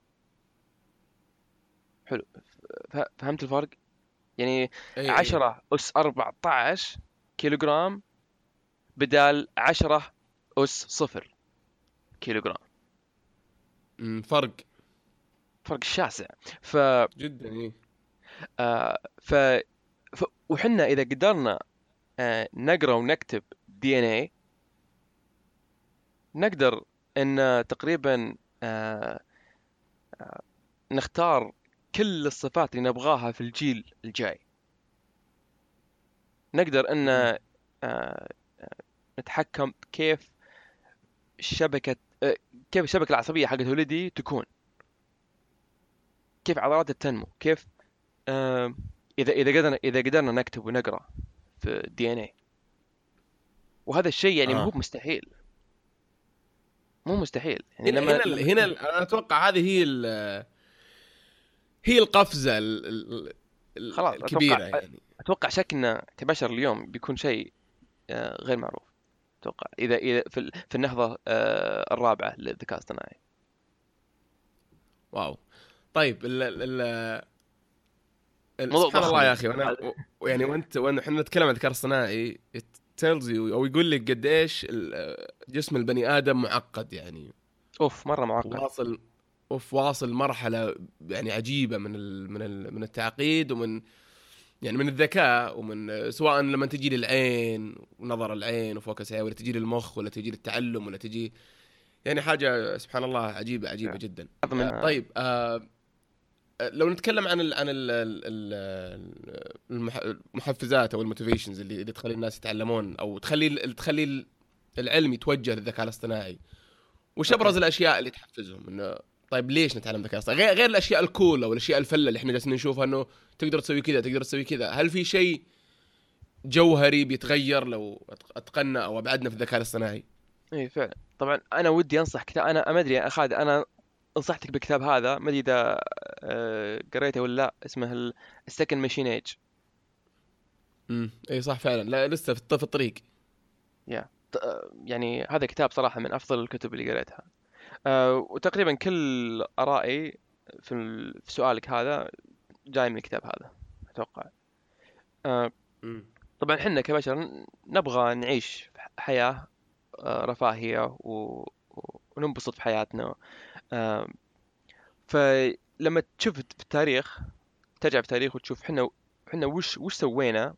حلو، فهمت الفرق؟ يعني اي اي. 10 أس 14 كيلو جرام بدال 10 أس 0 كيلو جرام. فرق فرق شاسع. ف جدا. اي. آه ف... وحنا إذا قدرنا نقرأ ونكتب دي ان اي، نقدر ان تقريبا آه نختار كل الصفات اللي نبغاها في الجيل الجاي. نقدر ان مم. نتحكم الشبكة آه، كيف الشبكة العصبية حقت ولدي تكون، كيف عضلاته تنمو، كيف آه، اذا قدرنا نكتب ونقرا في الدي ان اي. وهذا الشيء يعني مو اه. مستحيل، مو مستحيل يعني هنا لما هنا هنا انا اتوقع هذه هي القفزه خلاص اتوقع، الكبيره يعني. شكلنا كبشر اليوم بيكون شيء غير معروف. اتوقع اذا في النهضة الرابعة للذكاء الاصطناعي. واو. طيب موضوع سبحان ضخم الله يا يعني. اخي، يعني وانت احنا نتكلم عن الذكاء الصناعي تيلز يو او يقول لك قديش جسم البني ادم معقد يعني. اوف، مرة معقد. واصل واصل مرحله يعني عجيبه من التعقيد، يعني من الذكاء، ومن سواء لما تجي للعين ونظر العين وفوكس عين، ولا تجي للمخ، ولا تجي للتعلم، ولا تجي يعني حاجه سبحان الله عجيبه عجيبه جدا. هذا من طيب لو نتكلم عن المحفزات او الموتيفيشنز اللي تخلي الناس يتعلمون او تخلي العلم يتوجه للذكاء الاصطناعي، وش اوكي. ابرز الاشياء اللي تحفزهم انه طيب ليش نتعلم ذكاء اصطناعي غير الاشياء الكول او الاشياء الفله اللي احنا جالسين نشوفها انه تقدر تسوي كذا تقدر تسوي كذا؟ هل في شيء جوهري بيتغير لو اتقنا او ابعدنا في الذكاء الاصطناعي؟ اي فعلا. طبعا انا ودي انصح كتاب، انا ما ادري يا خالد، انا انصحتك بالكتاب هذا، ما ادري اذا قريته ولا لا، اسمه السكند ماشين ايج. اي صح فعلا، لا لسه في الطريق. يا يعني هذا كتاب صراحة من افضل الكتب اللي قريتها. وتقريبا كل ارائي في سؤالك هذا جاي من الكتاب هذا اتوقع. آه، امم طبعا احنا كبشر نبغى نعيش حياة رفاهية وننبسط في حياتنا. آه، فلما تشوف في التاريخ، ترجع في التاريخ وتشوف احنا وش سوينا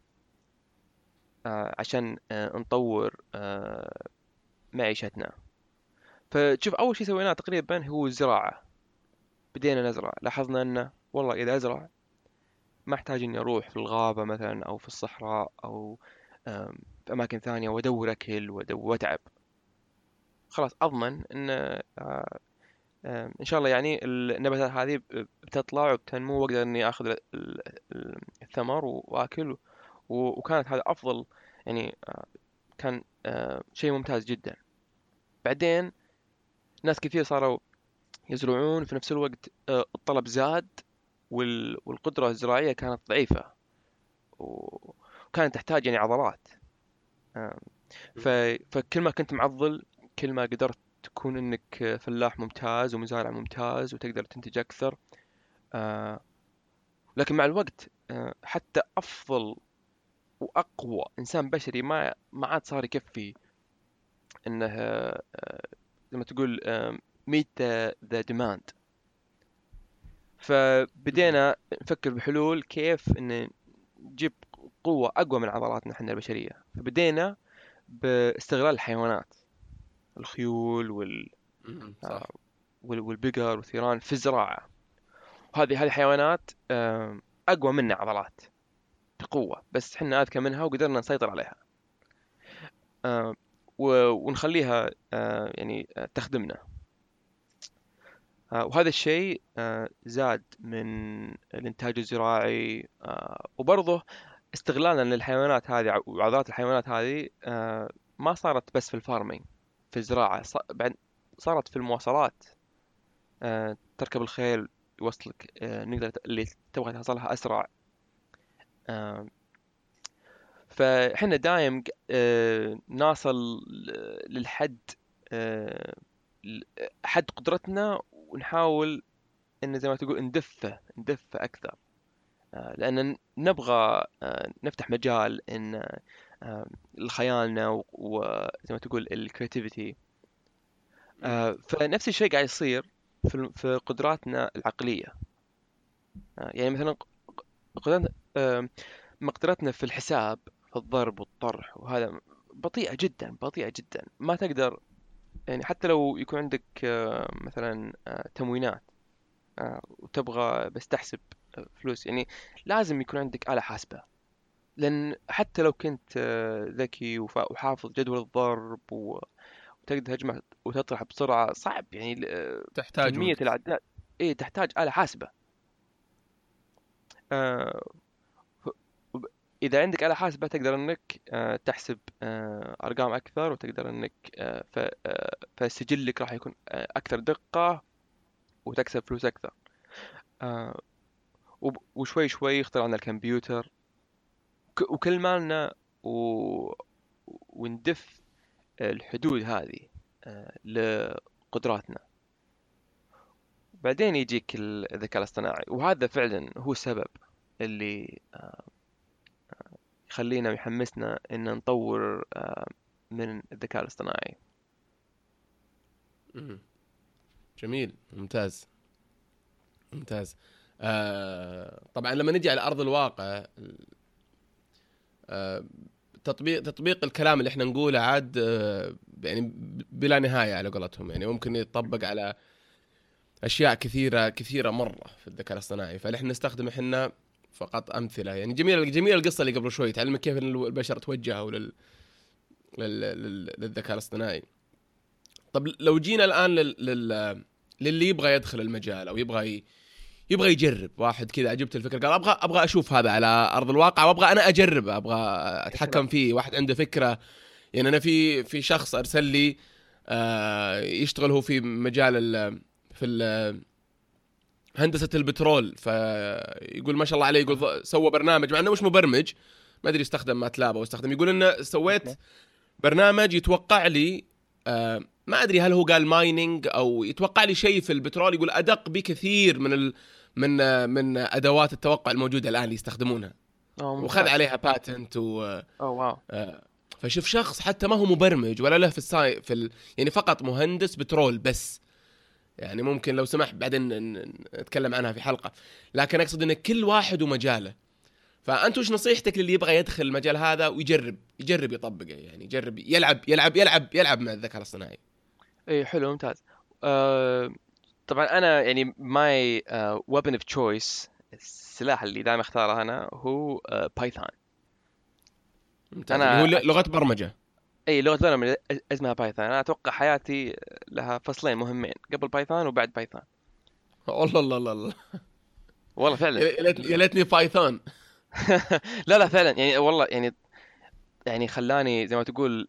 عشان نطور معيشتنا. فتشوف اول شيء سويناه تقريبا هو الزراعة. بدينا نزرع، لاحظنا انه والله اذا ازرع ما احتاج اني اروح في الغابة مثلا او في الصحراء او في اماكن ثانية وادور اكل واتعب. خلاص اضمن ان ان شاء الله يعني النباتات هذه بتطلع وبتنمو واقدر اني اخذ الثمر واكل. وكانت هذا افضل يعني كان شيء ممتاز جدا. بعدين ناس كثير صاروا يزرعون في نفس الوقت، الطلب زاد والقدرة الزراعية كانت ضعيفة وكانت تحتاج يعني عضلات. آه، فكل ما كنت معضل كل ما قدرت تكون انك فلاح ممتاز ومزارع ممتاز وتقدر تنتج اكثر. آه، لكن مع الوقت حتى افضل واقوى انسان بشري ما عاد صار يكفي انه زي ما تقول meet the demand. فبدينا نفكر بحلول كيف ان نجيب قوة اقوى من عضلاتنا احنا البشرية. فبدينا باستغلال الحيوانات، الخيول صح. والبقر والثيران في الزراعة. هذه حيوانات اقوى منا عضلات بقوة، بس احنا اذكى منها وقدرنا نسيطر عليها. ونخليها يعني تخدمنا. وهذا الشيء زاد من الإنتاج الزراعي. وبرضه استغلالا للحيوانات هذه وعضلات الحيوانات هذه ما صارت بس في الفارمينج، في الزراعة، بعد صارت في المواصلات. تركب الخيل يوصلك نقدر اللي تبغى توصلها أسرع. آه، فإحنا دايم نصل للحد، آه، حد قدرتنا ونحاول ان زي ما تقول ندفه اكثر. لان نبغى نفتح مجال ان لخيالنا وزي ما تقول الكرياتيفيتي. فنفس الشيء قاعد يصير في قدراتنا العقلية. يعني مثلا قدراتنا مقدرتنا في الحساب، في الضرب والطرح وهذا بطيئة جدا بطيئة جدا. ما تقدر يعني حتى لو يكون عندك مثلا تموينات وتبغى بس تحسب فلوس، يعني لازم يكون عندك آلة حاسبة. لأن حتى لو كنت ذكي وحافظ جدول الضرب وتقدر تجمع وتطرح بسرعة، صعب يعني تحتاج كمية وقت. الأعداد. إيه تحتاج آلة حاسبة. آه، ف- إذا عندك آلة حاسبة تقدر إنك تحسب أرقام أكثر، وتقدر إنك فسجلك راح يكون أكثر دقة وتكسب فلوس أكثر. آه، وشوي شوي اخترعنا الكمبيوتر وكل مالنا وندف الحدود هذه لقدراتنا. بعدين يجيك الذكاء الاصطناعي، وهذا فعلا هو السبب اللي يخلينا ويحمسنا ان نطور من الذكاء الاصطناعي. مم. جميل، ممتاز ممتاز. طبعا لما نجي على ارض الواقع، تطبيق الكلام اللي احنا نقوله عاد يعني بلا نهايه على قولتهم، يعني ممكن يتطبق على اشياء كثيره مره في الذكاء الاصطناعي. فنحن نستخدم احنا فقط امثله. يعني جميل القصه اللي قبل شوي تعلمك كيف البشر توجهوا للذكاء الاصطناعي. طب لو جينا الان للي يبغى يدخل المجال او يبغى يجرب، واحد كذا عجبت الفكره قال ابغى اشوف هذا على ارض الواقع وابغى انا اجربه، ابغى اتحكم فيه. واحد عنده فكره، يعني انا في شخص ارسل لي يشتغل هو في مجال هندسه البترول، فيقول ما شاء الله عليه، يقول سوى برنامج مع انه مش مبرمج، ما ادري استخدم ماتلاب او استخدم، يقول انه سويت برنامج يتوقع لي ما ادري هل هو قال مايننج او يتوقع لي شيء في البترول، يقول ادق بكثير من ادوات التوقع الموجوده الان اللي يستخدمونها، وخذ عليها باتنت واو. فشوف شخص حتى ما هو مبرمج ولا له يعني فقط مهندس بترول بس. يعني ممكن لو سمح بعدين نتكلم عنها في حلقة، لكن أقصد إن كل واحد ومجاله. فأنت وش نصيحتك للي يبغى يدخل المجال هذا ويجرب يطبقه، يعني يجرب يلعب مع الذكاء الاصطناعي؟ اي حلو، ممتاز. طبعا انا يعني ماي weapon of choice، السلاح اللي دائما اختاره انا هو بايثون. ممتاز. اللي هو لغة برمجة. اي لغه برمجه اسمها بايثون. انا اتوقع حياتي لها فصلين مهمين، قبل بايثون وبعد بايثون. الله والله فعلا. يا ليتني بايثون. لا فعلا، يعني والله يعني خلاني زي ما تقول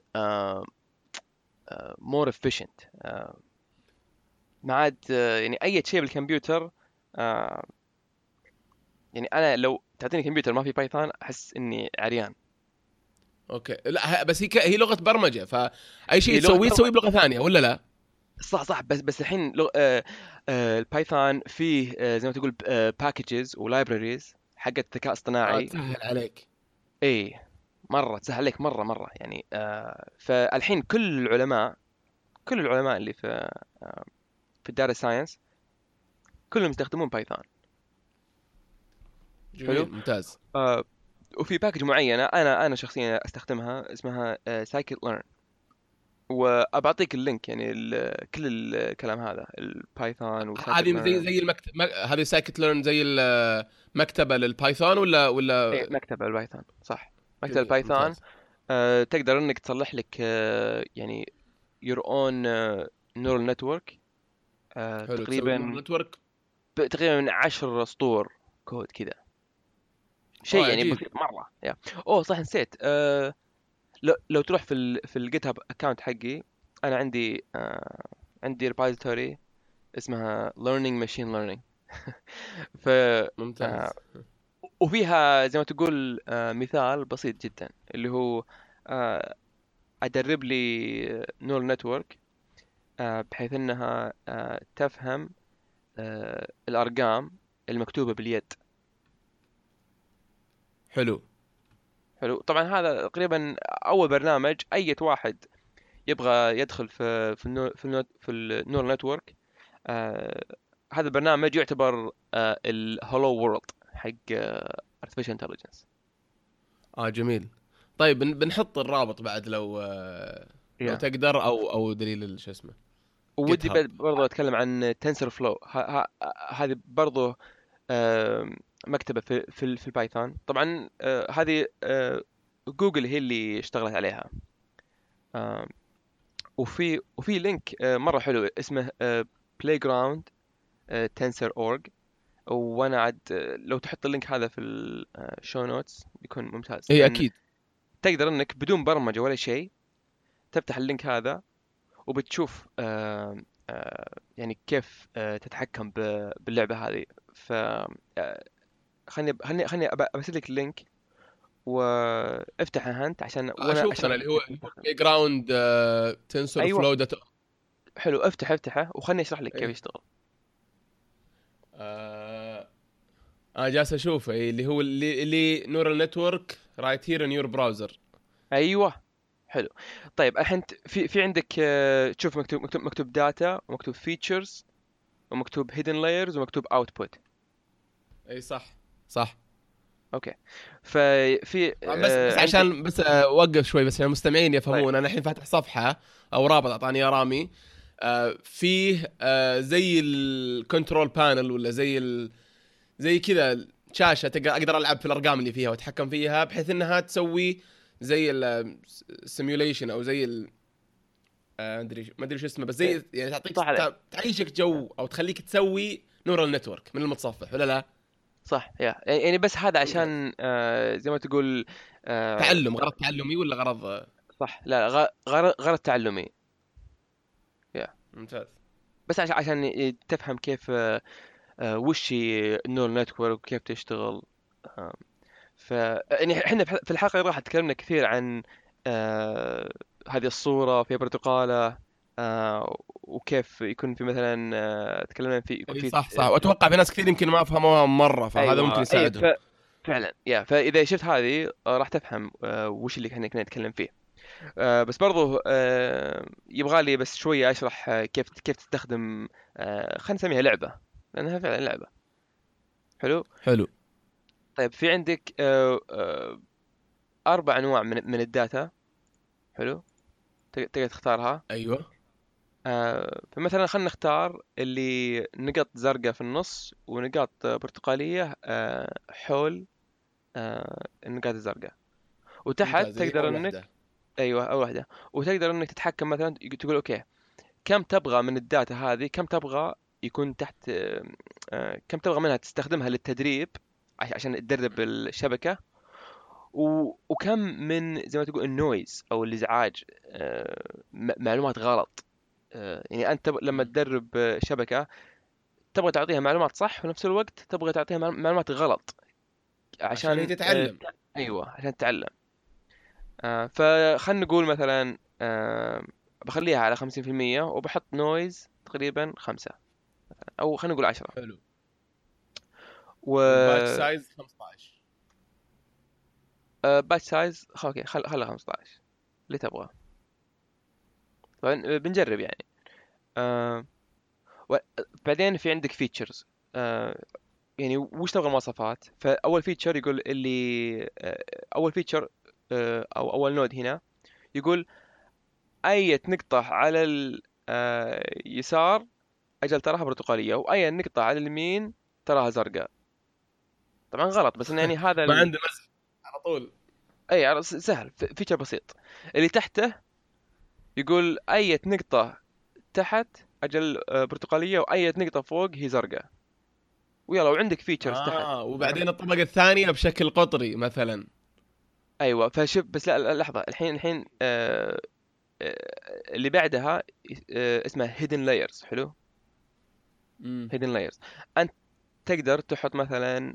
more efficient. ما عاد يعني اي شيء بالكمبيوتر. يعني انا لو تعطيني كمبيوتر ما في بايثون احس اني عريان. اوكي، لا بس هي لغة برمجة، فاي شيء هي لغه تسويه بلغة ثانية ولا لا؟ صح. بس الحين البايثون فيه زي ما تقول باكجز ولايبراريز حقت الذكاء الاصطناعي. تسهل عليك. اي مره تسهل عليك مره يعني. فالحين كل العلماء اللي في الداتا ساينس كلهم يستخدمون بايثون. جميل. حلو. ممتاز. وفي باكج معينه انا شخصيا استخدمها، اسمها سايكيت ليرن، وابعطيك اللينك يعني كل الكلام هذا البايثون هذه زي المكتب، هذه سايكت ليرن زي المكتبه للبايثون ولا إيه، مكتبه البايثون صح. مكتبه جميل. البايثون. ممتاز. تقدر انك تصلح لك يعني your own neural network. حلو. تسوي تقريبا نتورك. تقريبا 10 سطور كود كذا، شيء يعني عجيب. بسيط مره. اوه صح نسيت. لو تروح في الجيت هاب اكاونت حقي، انا عندي ريبوزيتوري اسمها learning machine learning. ف ممتاز. وفيها زي ما تقول مثال بسيط جدا، اللي هو ادرب لي نور نتورك بحيث انها تفهم الارقام المكتوبه باليد. حلو. طبعا هذا تقريبا اول برنامج اي واحد يبغى يدخل في النور نتورك. هذا البرنامج يعتبر الهولو وورلد حق artificial intelligence. جميل. طيب بنحط الرابط بعد لو تقدر، او دليل شو اسمه. ودي برضو اتكلم عن تنسر فلو. هذه برضو مكتبة في البايثون. طبعا هذه جوجل هي اللي اشتغلت عليها. وفي لينك مرة حلو اسمه playground tensor.org، وانا عاد لو تحط اللينك هذا في الشو نوتس بيكون ممتاز. اي اكيد. تقدر انك بدون برمجة ولا شيء تفتح اللينك هذا وبتشوف يعني كيف تتحكم باللعبة هذه. ف خلني ارسل لك اللينك وافتحها انت عشان اشوف انا اللي هو background tensor أيوة. flow data. حلو، افتحه وخلني اشرح لك كيف يشتغل. جالس اشوفه. اللي هو اللي نورال نتورك رايت هير ان يور براوزر. ايوه حلو. طيب الحين في عندك تشوف مكتوب داتا ومكتوب فيتشرز ومكتوب هيدن لايرز ومكتوب اوتبوت. اي صح. اوكي. ففي طبعا بس عندك. عشان بس اوقف شوي بس عشان المستمعين طيب. يفهمون. انا الحين فاتح صفحه او رابط اعطاني يا رامي، فيه زي الكنترول بانل ولا زي كذا شاشه تقدر اقدر العب في الارقام اللي فيها واتحكم فيها بحيث انها تسوي زي السيميوليشن او زي ما ادري شو اسمه، بس إيه، زي يعني تعطيك صح عليك. تعيشك جو او تخليك تسوي نورال نتورك من المتصفح ولا لا؟ صح، يعني بس هذا ممتاز. عشان زي ما تقول آه، تعلم غرض تعلمي ولا غرض صح. لا، غرض تعلمي. يا ممتاز. بس عشان تفهم كيف وش هي النور نتورك وكيف تشتغل. آه، ف يعني احنا في الحلقة اللي راح تكلمنا كثير عن آه، هذه الصورة في برتقالة، وكيف يكون في مثلا تكلمنا في يكون اي في صح صح، واتوقع في ناس كثير يمكن ما فهموها مره، فهذا ممكن ايوه، اي يساعدهم. فعلا. فاذا شفت هذه راح تفهم وش اللي احنا كنا نتكلم فيه. بس برضو يبغى لي بس شويه اشرح كيف تستخدم. خلينا نسميها لعبه، لانها فعلا لعبه. حلو. حلو. طيب، في عندك 4 انواع من الداتا. حلو. تقدر تختارها. ايوه. فمثلا خلينا نختار اللي نقط زرقاء في النص ونقاط برتقاليه حول النقاط الزرقاء. وتحت ممتاز، هي تقدر اول انك، واحده. ايوه، اول واحده. وتقدر انك تتحكم مثلا، تقول اوكي، كم تبغى من الداتا هذه، كم تبغى يكون تحت، كم تبغى منها تستخدمها للتدريب عشان تدرب الشبكة، وكم من زي ما تقول النويز او الازعاج، معلومات غلط. يعني انت لما مم. تدرب شبكة تبغى تعطيها معلومات صح، وفي نفس الوقت تبغى تعطيها معلومات غلط عشان هي عشان تتعلم. ايوه، عشان تتعلم. فخلنا نقول مثلا بخليها على 50% وبحط نويز تقريبا 5، او خلينا نقول 10. حلو. و وباتش سايز 15. باتش سايز اوكي، خلها 15 اللي تبغاه. طبعا بنجرب يعني. آه، بعدين في عندك فيتشرز. يعني وش تبغى المواصفات؟ فاول فيتشر يقول اللي اول فيتشر او اول نود هنا يقول اي نقطة على اليسار اجل تراها برتقالية، واي نقطة على اليمين تراها زرقاء. طبعا غلط، بس إنه يعني هذا ما عنده مزح على طول. اي سهل، فيتشر بسيط. اللي تحته يقول اي نقطة تحت اجل برتقالية، واي نقطة فوق هي زرقاء. ويلا، وعندك فيتشرز تحت. وبعدين الطبقه الثانيه بشكل قطري مثلا. ايوه، فشوف بس، لا لحظة، الحين اللي بعدها اسمها hidden layers. حلو. امم. hidden layers. انت تقدر تحط مثلا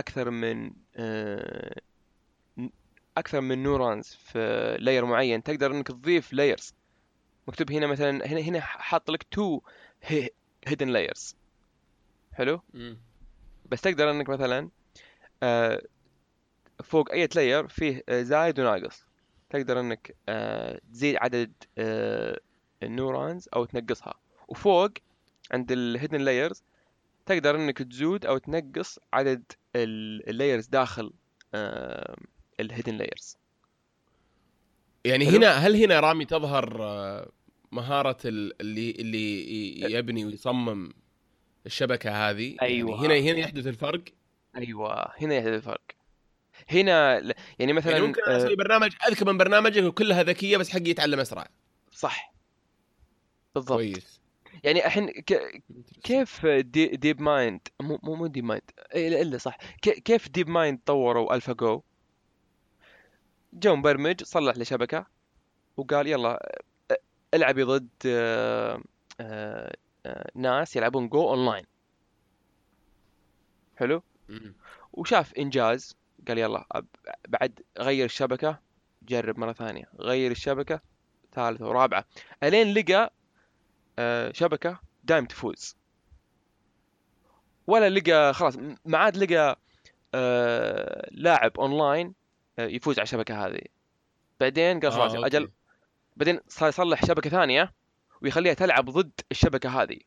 اكثر من نورانز في لاير معين. تقدر انك تضيف لايرز. مكتوب هنا مثلا، هنا حاط لك تو hidden layers. حلو. امم. بس تقدر انك مثلا آه، فوق اي لاير فيه زايد وناقص. تقدر انك تزيد عدد النورانز او تنقصها. وفوق عند الهيدن لايرز تقدر انك تزود او تنقص عدد اللايرز داخل الهيدن لايرز. يعني حلو. هل هنا رامي تظهر مهاره اللي يبني ويصمم الشبكه هذه؟ يعني هنا ايوه، يحدث الفرق. ايوه، هنا يحدث الفرق. هنا يعني يعني مثلا ممكن انا اسوي برنامج اذكى من برنامجك وكلها ذكيه بس حقي يتعلم اسرع. صح، بالضبط. كويس. يعني الحين Interesting. كيف ديب مايند، مو ديب مايند، الا صح. كيف ديب مايند طوروا الفا جو؟ جو مبرمج صلح لشبكة وقال يلا العبي ضد ناس يلعبون جو اونلاين. حلو. مم. وشاف انجاز، قال يلا بعد غير الشبكة، جرب مرة ثانية، غير الشبكة ثالثة ورابعة، الين لقى شبكة دايم تفوز. ولا لقى خلاص، ما عاد لقى لاعب اونلاين يفوز على الشبكة هذه. بعدين قال خلاص اجل. اوكي. بعدين صار يصلح شبكة ثانية ويخليها تلعب ضد الشبكة هذه،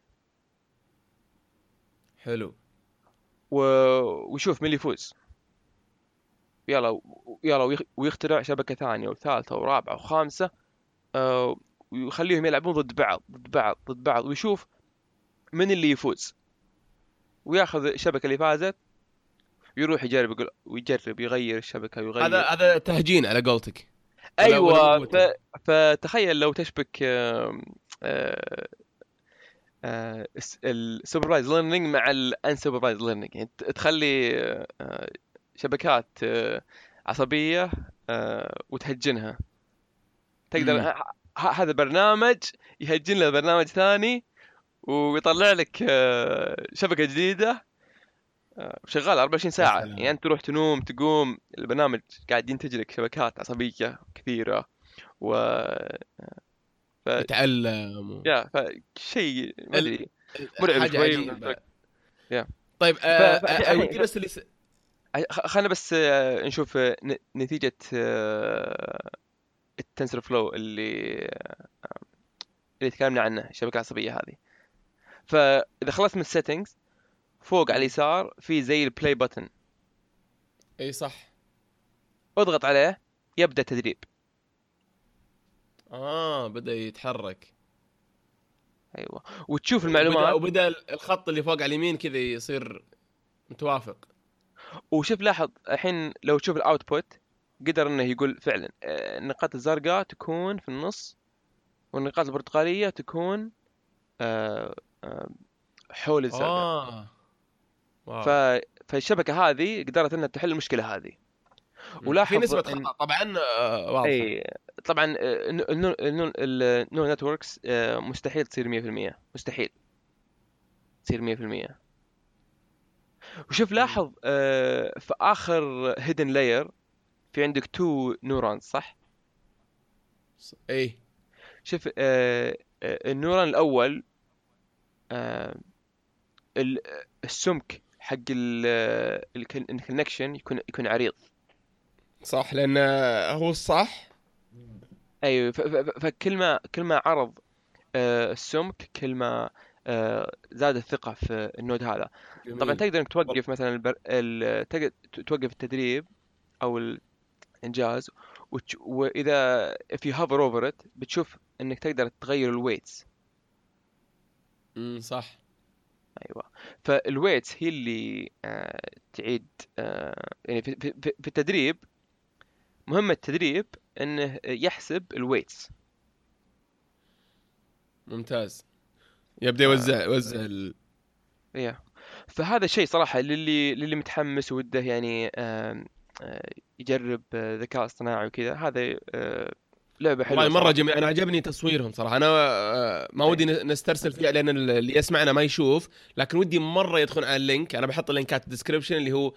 حلو. و... ويشوف مين اللي يفوز. يلا يلا ويخترع شبكة ثانية وثالثة ورابعة وخامسة، آه، ويخليهم يلعبون ضد بعض ضد بعض ضد بعض، ويشوف من اللي يفوز، وياخذ الشبكة اللي فازت، ويروح يجرب ويجرب يغير الشبكة هذا ويغير. هذا تهجين على قولتك، ولا ايوه. مو فتخيل لو تشبك السوبرفايز ليرنينج مع الانسوبرفايز ليرنينج، يعني تخلي شبكات عصبية وتهجنها. تقدر امم هذا برنامج يهجن له برنامج ثاني، ويطلع لك شبكة جديدة شغال 24 يا ساعة. يعني سلام، أنت تروح تنوم تقوم البرنامج قاعد ينتج لك شبكات عصبية كثيرة. و ف... يتعلم فشيء ما ال... أدري، مرعب حاجه شوي عجيبه. يا. طيب فالحين ودي بس اللي خلينا بس نشوف نتيجة التنسر فلو اللي تكلمنا عنه، الشبكة العصبية هذه. فإذا خلصت من السيتنجز، فوق على مم. اليسار في زي البلاي بutton، اي صح. اضغط عليه يبدأ تدريب. بدأ يتحرك. ايوه، وتشوف وبدأ المعلومات. وبدأ الخط اللي فوق على اليمين كذا يصير متوافق. وشوف لاحظ الحين لو تشوف الاوتبوت، قدر انه يقول فعلا النقاط الزرقاء تكون في النص، والنقاط البرتقالية تكون آه، آه، حول الزرقاء. اه ف... واو. فالشبكة هذه قدرت انها تحل المشكلة هذه. في ولاحظ نسبة ان خطأ طبعا واضحة. اي طبعا النور نتوركس مستحيل تصير 100%، مستحيل تصير 100%. وشوف مم. لاحظ في اخر هيدن لاير في عندك تو نورونز صح؟ اي شوف النورون الاول آه، ال- السمك حق الكونكشن يكون عريض. صح، لأن هو الصح. ايوه. كل ما عرض السمك، كل ما زاد الثقة في النود هذا. طبعا جميل. تقدر انك توقف مثلا تقدر توقف التدريب او الانجاز، واذا في hover over it بتشوف انك تقدر تغير الويتس. صح. ايوه. فالويتس هي اللي تعيد يعني في التدريب، مهمة التدريب انه يحسب الويتس. ممتاز. يبدأ ف يوزع yeah. فهذا الشيء صراحة للي متحمس وده يعني يجرب ذكاء اصطناعي وكذا، هذا لعبة والله حلوة مرة صراحة. جميل، أنا عجبني تصويرهم صراحة. أنا ما ودي اي نسترسل فيها لأن اللي يسمعنا ما يشوف، لكن ودي مرة يدخل على اللينك. أنا بحط اللينكات الديسكربشن اللي هو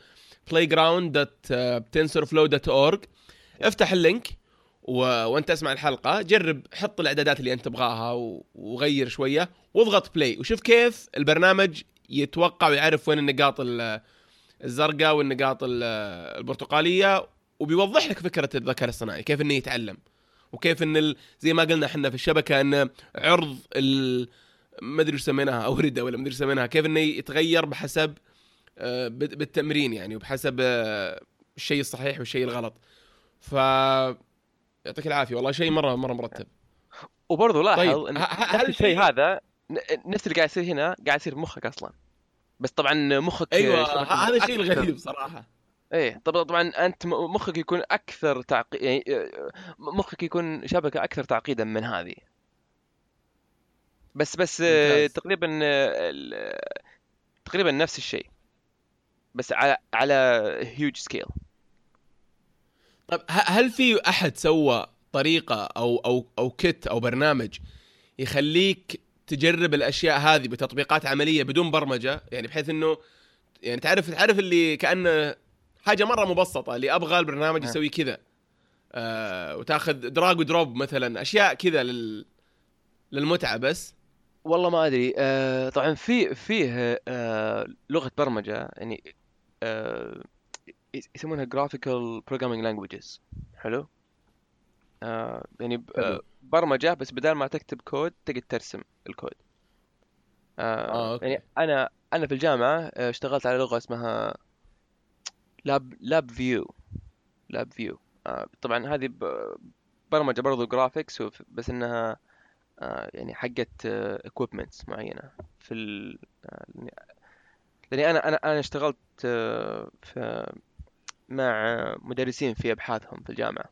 playground.tensorflow.org. افتح اللينك وانت اسمع الحلقة، جرب حط الاعدادات اللي انت تبغاها وغير شوية واضغط بلاي وشوف كيف البرنامج يتوقع ويعرف وين النقاط الزرقاء والنقاط البرتقالية، وبيوضح لك فكرة الذكاء الاصطناعي كيف انه يتعلم، وكيف ان زي ما قلنا احنا في الشبكة ان عرض ما ادري ايش سميناها، اوردة ولا ما ادري ايش سميناها، كيف انه يتغير بحسب بالتمرين يعني، وبحسب الشيء الصحيح والشيء الغلط. ف يعطيك العافيه والله، شيء مره مره مرتب. وبرضه لاحظ طيب ان نفس هل الشيء في هذا، نفس اللي قاعد يصير هنا قاعد يصير بمخك اصلا، بس طبعا مخك ايوه شبكة هذا الشيء اكثر. الغريب صراحه. ايه طبعا انت مخك يكون اكثر تعقيد، يعني مخك يكون شبكة اكثر تعقيدا من هذه. بس ممتاز. تقريبا تقريبا نفس الشيء، بس على هيوج سكيل. طيب هل في احد سوى طريقه او كت او برنامج يخليك تجرب الاشياء هذه بتطبيقات عمليه بدون برمجه، يعني بحيث انه يعني تعرف اللي كانه حاجه مره مبسطه، اللي ابغى البرنامج يسوي كذا وتاخذ دراج ودروب مثلا، اشياء كذا للمتعه بس. والله ما ادري طبعا فيه لغة برمجة يعني آه يسمونها graphical programming languages. حلو. يعني حلو. برمجة، بس بدل ما تكتب كود تقدر ترسم الكود. يعني اوكي. انا في الجامعة اشتغلت على لغة اسمها لاب فيو. لاب فيو. طبعا هذه برمجة برضو جرافيكس، بس انها يعني حقت equipments معينة في لاني انا اشتغلت في مع مدرسين في ابحاثهم في الجامعة.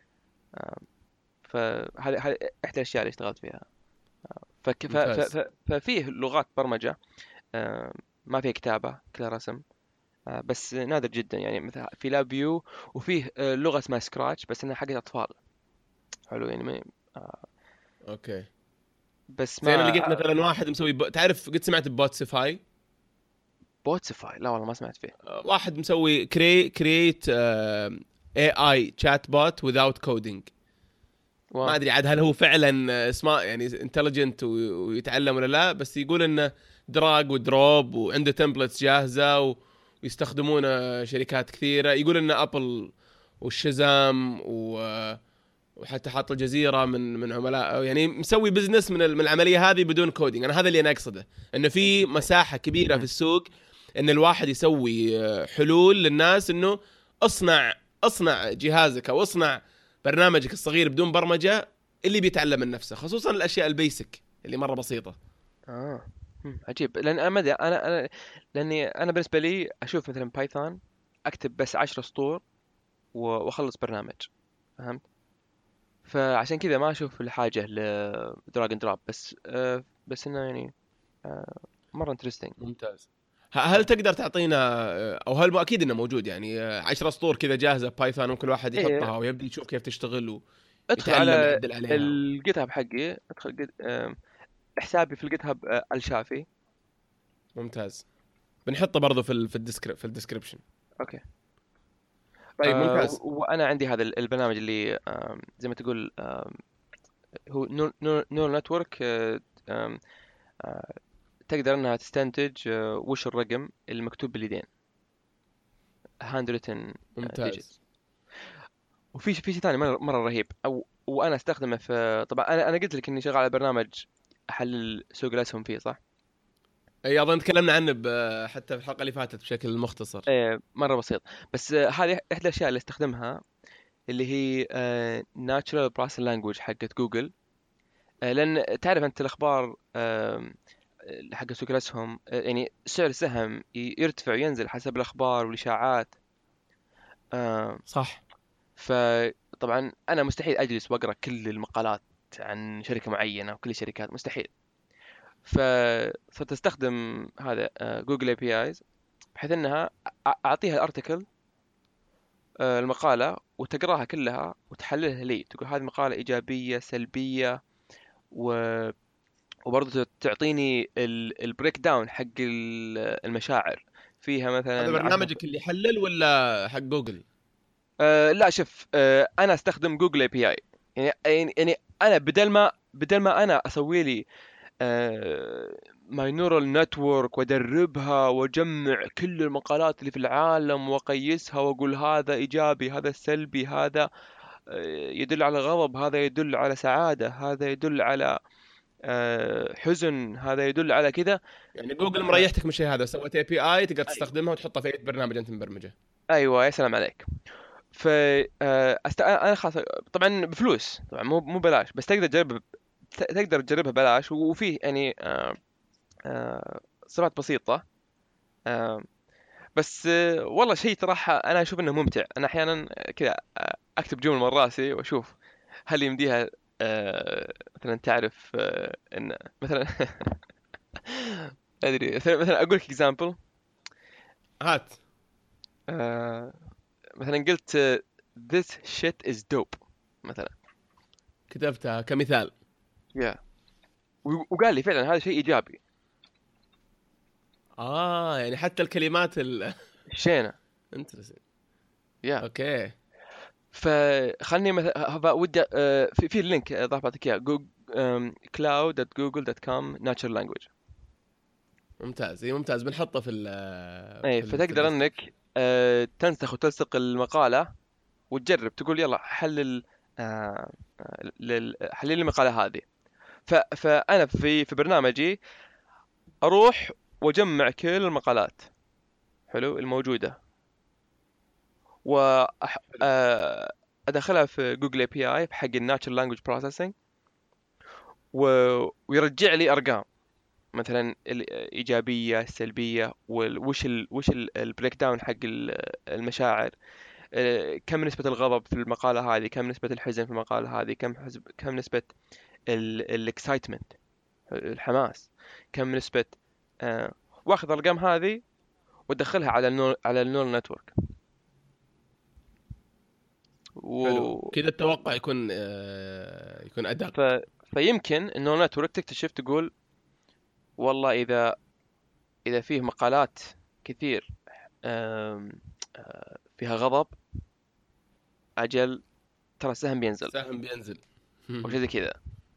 فهذه احدى الاشياء اللي اشتغلت فيها. ممتاز. ففيه لغات برمجة آه، ما فيها كتابة، كلها رسم. بس نادر جدا، يعني مثلا في لاب فيو، وفيه لغة اسمها سكراتش بس انها حقت اطفال. حلو يعني اوكي. بس زي انا ما لقيت مثلا واحد مسوي تعرف قد سمعت ببوتسيفاي؟ بوتسيفاي، لا والله ما سمعت فيه. واحد مسوي كرييت اي اي تشات بوت without كودينج. واو. ما ادري عاد هل هو فعلا اسمه يعني انتليجنت ويتعلم ولا لا، بس يقول انه دراج ودروب وعنده تمبلتس جاهزه ويستخدمونه شركات كثيره. يقول ان ابل والشزام وحتى حاط الجزيره من عملاء، يعني مسوي بزنس من العمليه هذه بدون كودينج. انا هذا اللي انا اقصده، انه في مساحه كبيره في مم. السوق ان الواحد يسوي حلول للناس، انه اصنع جهازك او اصنع برنامجك الصغير بدون برمجه، اللي بيتعلم من نفسه، خصوصا الاشياء البيسك اللي مره بسيطه. اه. عجيب، لان انا ما ادري، انا لاني انا بالنسبه لي اشوف مثلا بايثون، اكتب بس 10 سطور واخلص برنامج، فهمت؟ فعشان كذا ما اشوف الحاجه لدراج اند دروب، بس انه يعني مره انترستنج. ممتاز. هل تقدر تعطينا او هل اكيد انه موجود يعني 10 سطور كذا جاهزه بايثون ممكن الواحد ايه، يحطها ويبدا يشوف كيف تشتغل ادخل ويتعلم على يعدل عليها؟ الجيت هاب حقي، ادخل حسابي في الجيت هاب الشافي. ممتاز. بنحطه برضو في الديسكربشن. اوكي. طيب ممتاز. وانا عندي هذا البرنامج اللي زي ما تقول هو نور نتورك. تقدر انها تستنتج وش الرقم المكتوب باليدين، هاند ريتن ممتاز. ديجيتس. وفي شيء ثاني مره رهيب، وانا استخدمه في، طبعا انا قلت لك اني شغال على برنامج احلل سوق الاسهم فيه، صح؟ اي اظن تكلمنا عنه حتى في الحلقه اللي فاتت بشكل مختصر. مره بسيط. بس هذه احدى الاشياء اللي استخدمها، اللي هي Natural Processing Language حقت جوجل. لان تعرف انت الاخبار حق سوق الاسهم، يعني سعر السهم يرتفع وينزل حسب الاخبار والاشاعات. آه، صح. فطبعا انا مستحيل اجلس واقرا كل المقالات عن شركه معينه وكل الشركات، مستحيل. فصرت استخدم هذا جوجل اي بي ايز، بحيث انها اعطيها الارتكل، المقاله، وتقراها كلها وتحللها لي، تقول هذه مقاله ايجابيه سلبيه، و وبرضه تعطيني البريك داون حق المشاعر فيها هذا مثلا 10. برنامجك اللي يحلل ولا حق جوجل؟ لا شوف، انا استخدم جوجل اي بي اي. يعني انا بدل ما انا اسوي لي ماي نورال نتورك وادربها واجمع كل المقالات اللي في العالم واقيسها واقول هذا ايجابي هذا سلبي، هذا يدل على غضب، هذا يدل على سعادة، هذا يدل على حزن، هذا يدل على كذا. يعني جوجل آه، مريحتك من الشيء هذا، سويت اي بي اي تقدر أي- تستخدمها وتحطها في اي برنامج انت مبرمجه. ايوه، يا سلام عليك. ف انا خلاص، طبعا بفلوس، طبعا مو بلاش، بس تقدر تجربها بلاش، وفيه يعني صفات بسيطة. آه، بس والله شيء صراحة أنا أشوف إنه ممتع. أنا أحيانا كذا أكتب جمل من راسي وأشوف هل يمديها مثلا تعرف إن مثلا ما أدري، مثلا أقول لك example. هات. مثلا قلت this shit is dope مثلا. كتبتها كمثال. يا وقال لي فعلا هذا شيء إيجابي. يعني حتى الكلمات شينة. انترستنج. يا اوكي. فخلني مثلا ودي في اللينك ضاف بعطيك اياه، cloud.google.com natural language. ممتاز. اي ممتاز، بنحطه اي، في فتقدر الديسكربشن. انك تنسخ وتلصق المقالة وتجرب تقول يلا حلل حلل لي المقالة هذه. فانا في برنامجي اروح واجمع كل المقالات، حلو، الموجودة، و ادخلها في جوجل اي بي اي حق الناتشرال لانجويج بروسيسنج، ويرجع لي ارقام مثلا الايجابيه السلبيه، وش البريك داون حق المشاعر، كم نسبه الغضب في المقاله هذه، كم نسبه الحزن في المقاله هذه، كم نسبه الاكسايتمنت الحماس، كم نسبه واخذ الارقام هذه وادخلها على النور نتورك. حلو و كذا، التوقع يكون ف... ادق. فيمكن النور نتورك تكتشف تقول والله اذا فيه مقالات كثير آم، فيها غضب، اجل ترى السهم بينزل سهم بينزل. او شيء زي كذا.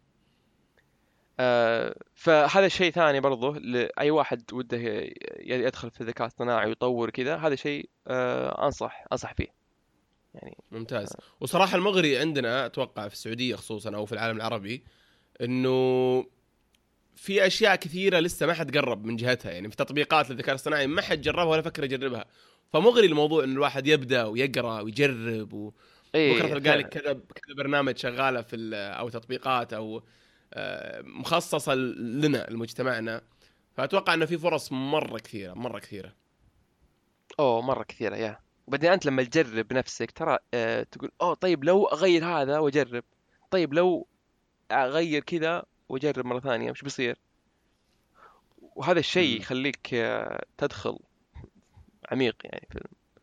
فهذا شيء ثاني برضو لأي واحد وده يدخل في الذكاء الاصطناعي ويطور كذا، هذا شيء أنصح فيه يعني. ممتاز. وصراحة المغري عندنا أتوقع في السعودية خصوصا أو في العالم العربي إنه في أشياء كثيرة لسه ما حد قرب من جهتها، يعني في تطبيقات للذكاء الاصطناعي ما حد جربها ولا فكر يجربها. فمغري الموضوع إن الواحد يبدأ ويقرأ ويجرب وبكرة ايه تلقى لك فعلا. كذا برنامج شغالة أو تطبيقات أو مخصصة لنا لمجتمعنا. فأتوقع إنه في فرص مرة كثيرة مرة كثيرة. اوه مرة كثيرة يا. وبعدين انت لما تجرب نفسك ترى تقول اوه طيب لو اغير هذا واجرب، طيب لو اغير كذا واجرب مرة ثانية وش بيصير. وهذا الشيء مم. يخليك تدخل عميق يعني في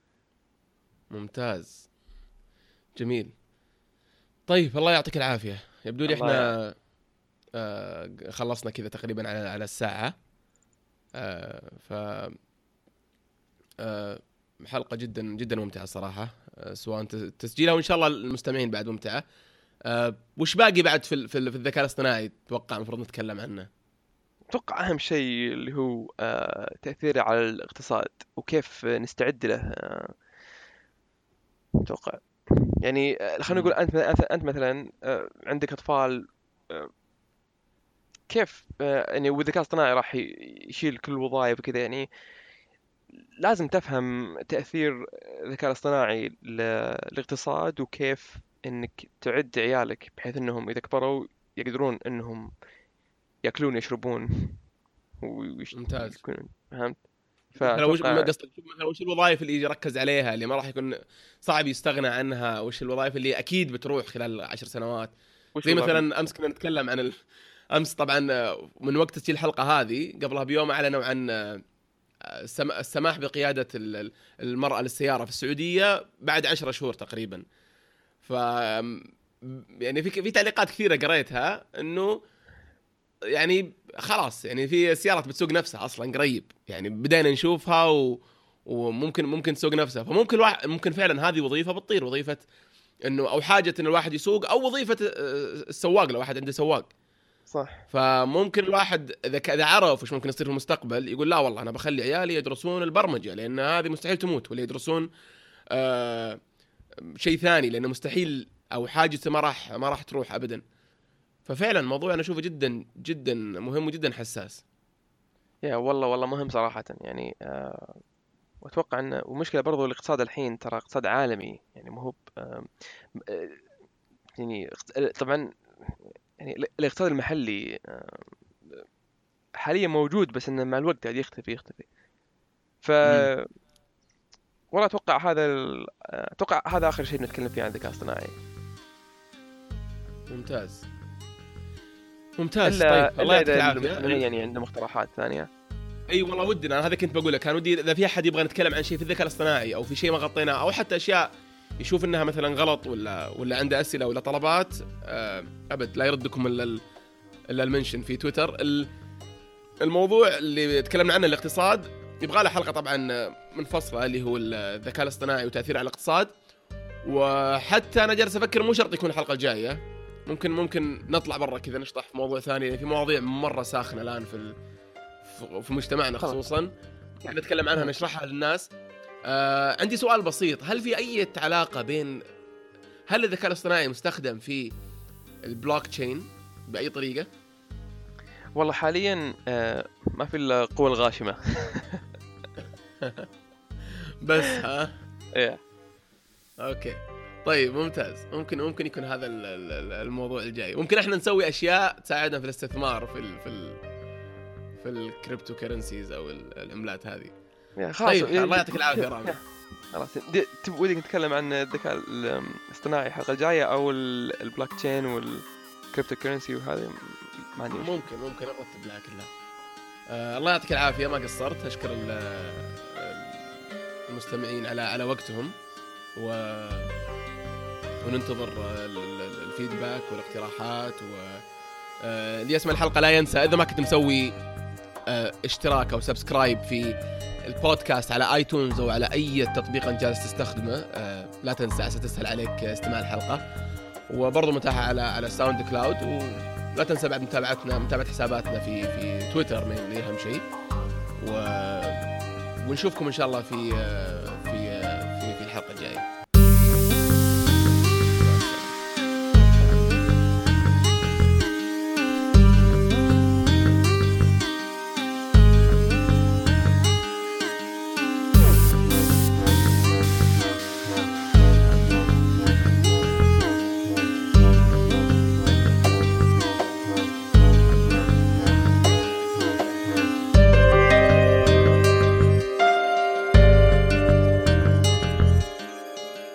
ممتاز. جميل. طيب الله يعطيك العافية. يبدو لي الله احنا خلصنا كذا تقريبا على الساعة. ف حلقة جدا جدا ممتعة صراحة. سواء تسجيلها وإن شاء الله المستمعين بعد ممتعة. وش باقي بعد في الذكاء الاصطناعي تتوقع المفروض نتكلم عنه؟ اتوقع اهم شيء اللي هو تأثيره على الاقتصاد وكيف نستعد له. اتوقع يعني خلينا نقول مم. انت مثلا عندك اطفال، آه، كيف يعني والذكاء الاصطناعي راح يشيل كل الوظائف وكذا يعني. لازم تفهم تأثير الذكاء الاصطناعي للاقتصاد، وكيف انك تعد عيالك بحيث انهم اذا كبروا يقدرون انهم ياكلون يشربون ممتاز. ويكونون فهمت. مثلا وش فاتوقع قصدك، مثلا وش الوظائف اللي يركز عليها اللي ما راح يكون صعب يستغنى عنها؟ وش الوظائف اللي اكيد بتروح خلال 10 سنوات؟ وش زي وظائف. مثلا امس كنا نتكلم عن امس طبعا من وقت تسجيل الحلقه هذه قبلها بيوم اعلنوا عن السماح بقياده المراه للسياره في السعوديه بعد 10 شهور تقريبا. ف يعني في تعليقات كثيره قريتها انه يعني خلاص، يعني في سيارات بتسوق نفسها اصلا قريب، يعني بدينا نشوفها وممكن تسوق نفسها. فممكن ممكن فعلا هذه وظيفه بتطير، وظيفه انه او حاجه ان الواحد يسوق، او وظيفه السواق لو واحد عنده سواق. صح. فممكن الواحد اذا عرف وش ممكن يصير في المستقبل يقول لا والله انا بخلي عيالي يدرسون البرمجه لان هذه مستحيل تموت، ولا يدرسون آه شيء ثاني لانه مستحيل، او حاجه ما راح تروح ابدا. ففعلا الموضوع انا اشوفه جدا جدا مهم وجدا حساس. يا والله مهم صراحة يعني. واتوقع ان ومشكلة برضو الاقتصاد الحين ترى اقتصاد عالمي يعني مو هو آه، يعني طبعا يعني الاقتصاد المحلي حاليا موجود، بس انه مع الوقت قاعد يختفي. ف امم والله اتوقع اتوقع هذا اخر شيء نتكلم فيه عن الذكاء الاصطناعي. ممتاز. ممتاز. طيب الله الا يعطيك اذا العافيه. المستمعين يعني عنده مقترحات ثانية. اي والله ودنا، انا هذا كنت بقوله، كان ودي اذا في احد يبغى نتكلم عن شيء في الذكاء الاصطناعي او في شيء ما غطيناه، او حتى اشياء يشوف انها مثلا غلط ولا عنده اسئله ولا طلبات، ابد لا يردكم الا المنشن في تويتر. الموضوع اللي تكلمنا عنه الاقتصاد يبغى له حلقه طبعا منفصله، اللي هو الذكاء الاصطناعي وتاثيره على الاقتصاد. وحتى انا جالس افكر مو شرط يكون الحلقه الجايه، ممكن نطلع برا كذا نشطح في موضوع ثاني، يعني في مواضيع مره ساخنه الان في مجتمعنا خلاص. خصوصا نتكلم عنها نشرحها للناس. عندي سؤال بسيط، هل في اي علاقه بين، هل الذكاء الاصطناعي مستخدم في البلوك تشين باي طريقه؟ والله حاليا ما في الا القوى الغاشمة. بس ها إيه. اوكي طيب ممتاز. ممكن يكون هذا الموضوع الجاي. ممكن احنا نسوي اشياء تساعدنا في الاستثمار في الكريبتو كرنسيز او العملات هذه. خلاص طيب الله يعطيك العافيه رامي. خلاص ودك نتكلم عن الذكاء الاصطناعي الحلقه الجايه او البلوك تشين والكريبتو كرنسي وهذه؟ ما عندي مشكلة. ممكن نرتب لها كلها. الله يعطيك العافيه ما قصرت. اشكر المستمعين على وقتهم وننتظر الفيدباك والاقتراحات اللي يسمع الحلقه لا ينسى اذا ما كنت مسوي اشتراك او سبسكرايب في البودكاست على ايتونز او على اي تطبيق انت جالس تستخدمه لا تنسى ستسهل عليك استماع الحلقه. وبرضه متاحه على ساوند كلاود. ولا تنسى بعد متابعه حساباتنا في تويتر من اهم شيء. ونشوفكم ان شاء الله في الحلقه الجايه.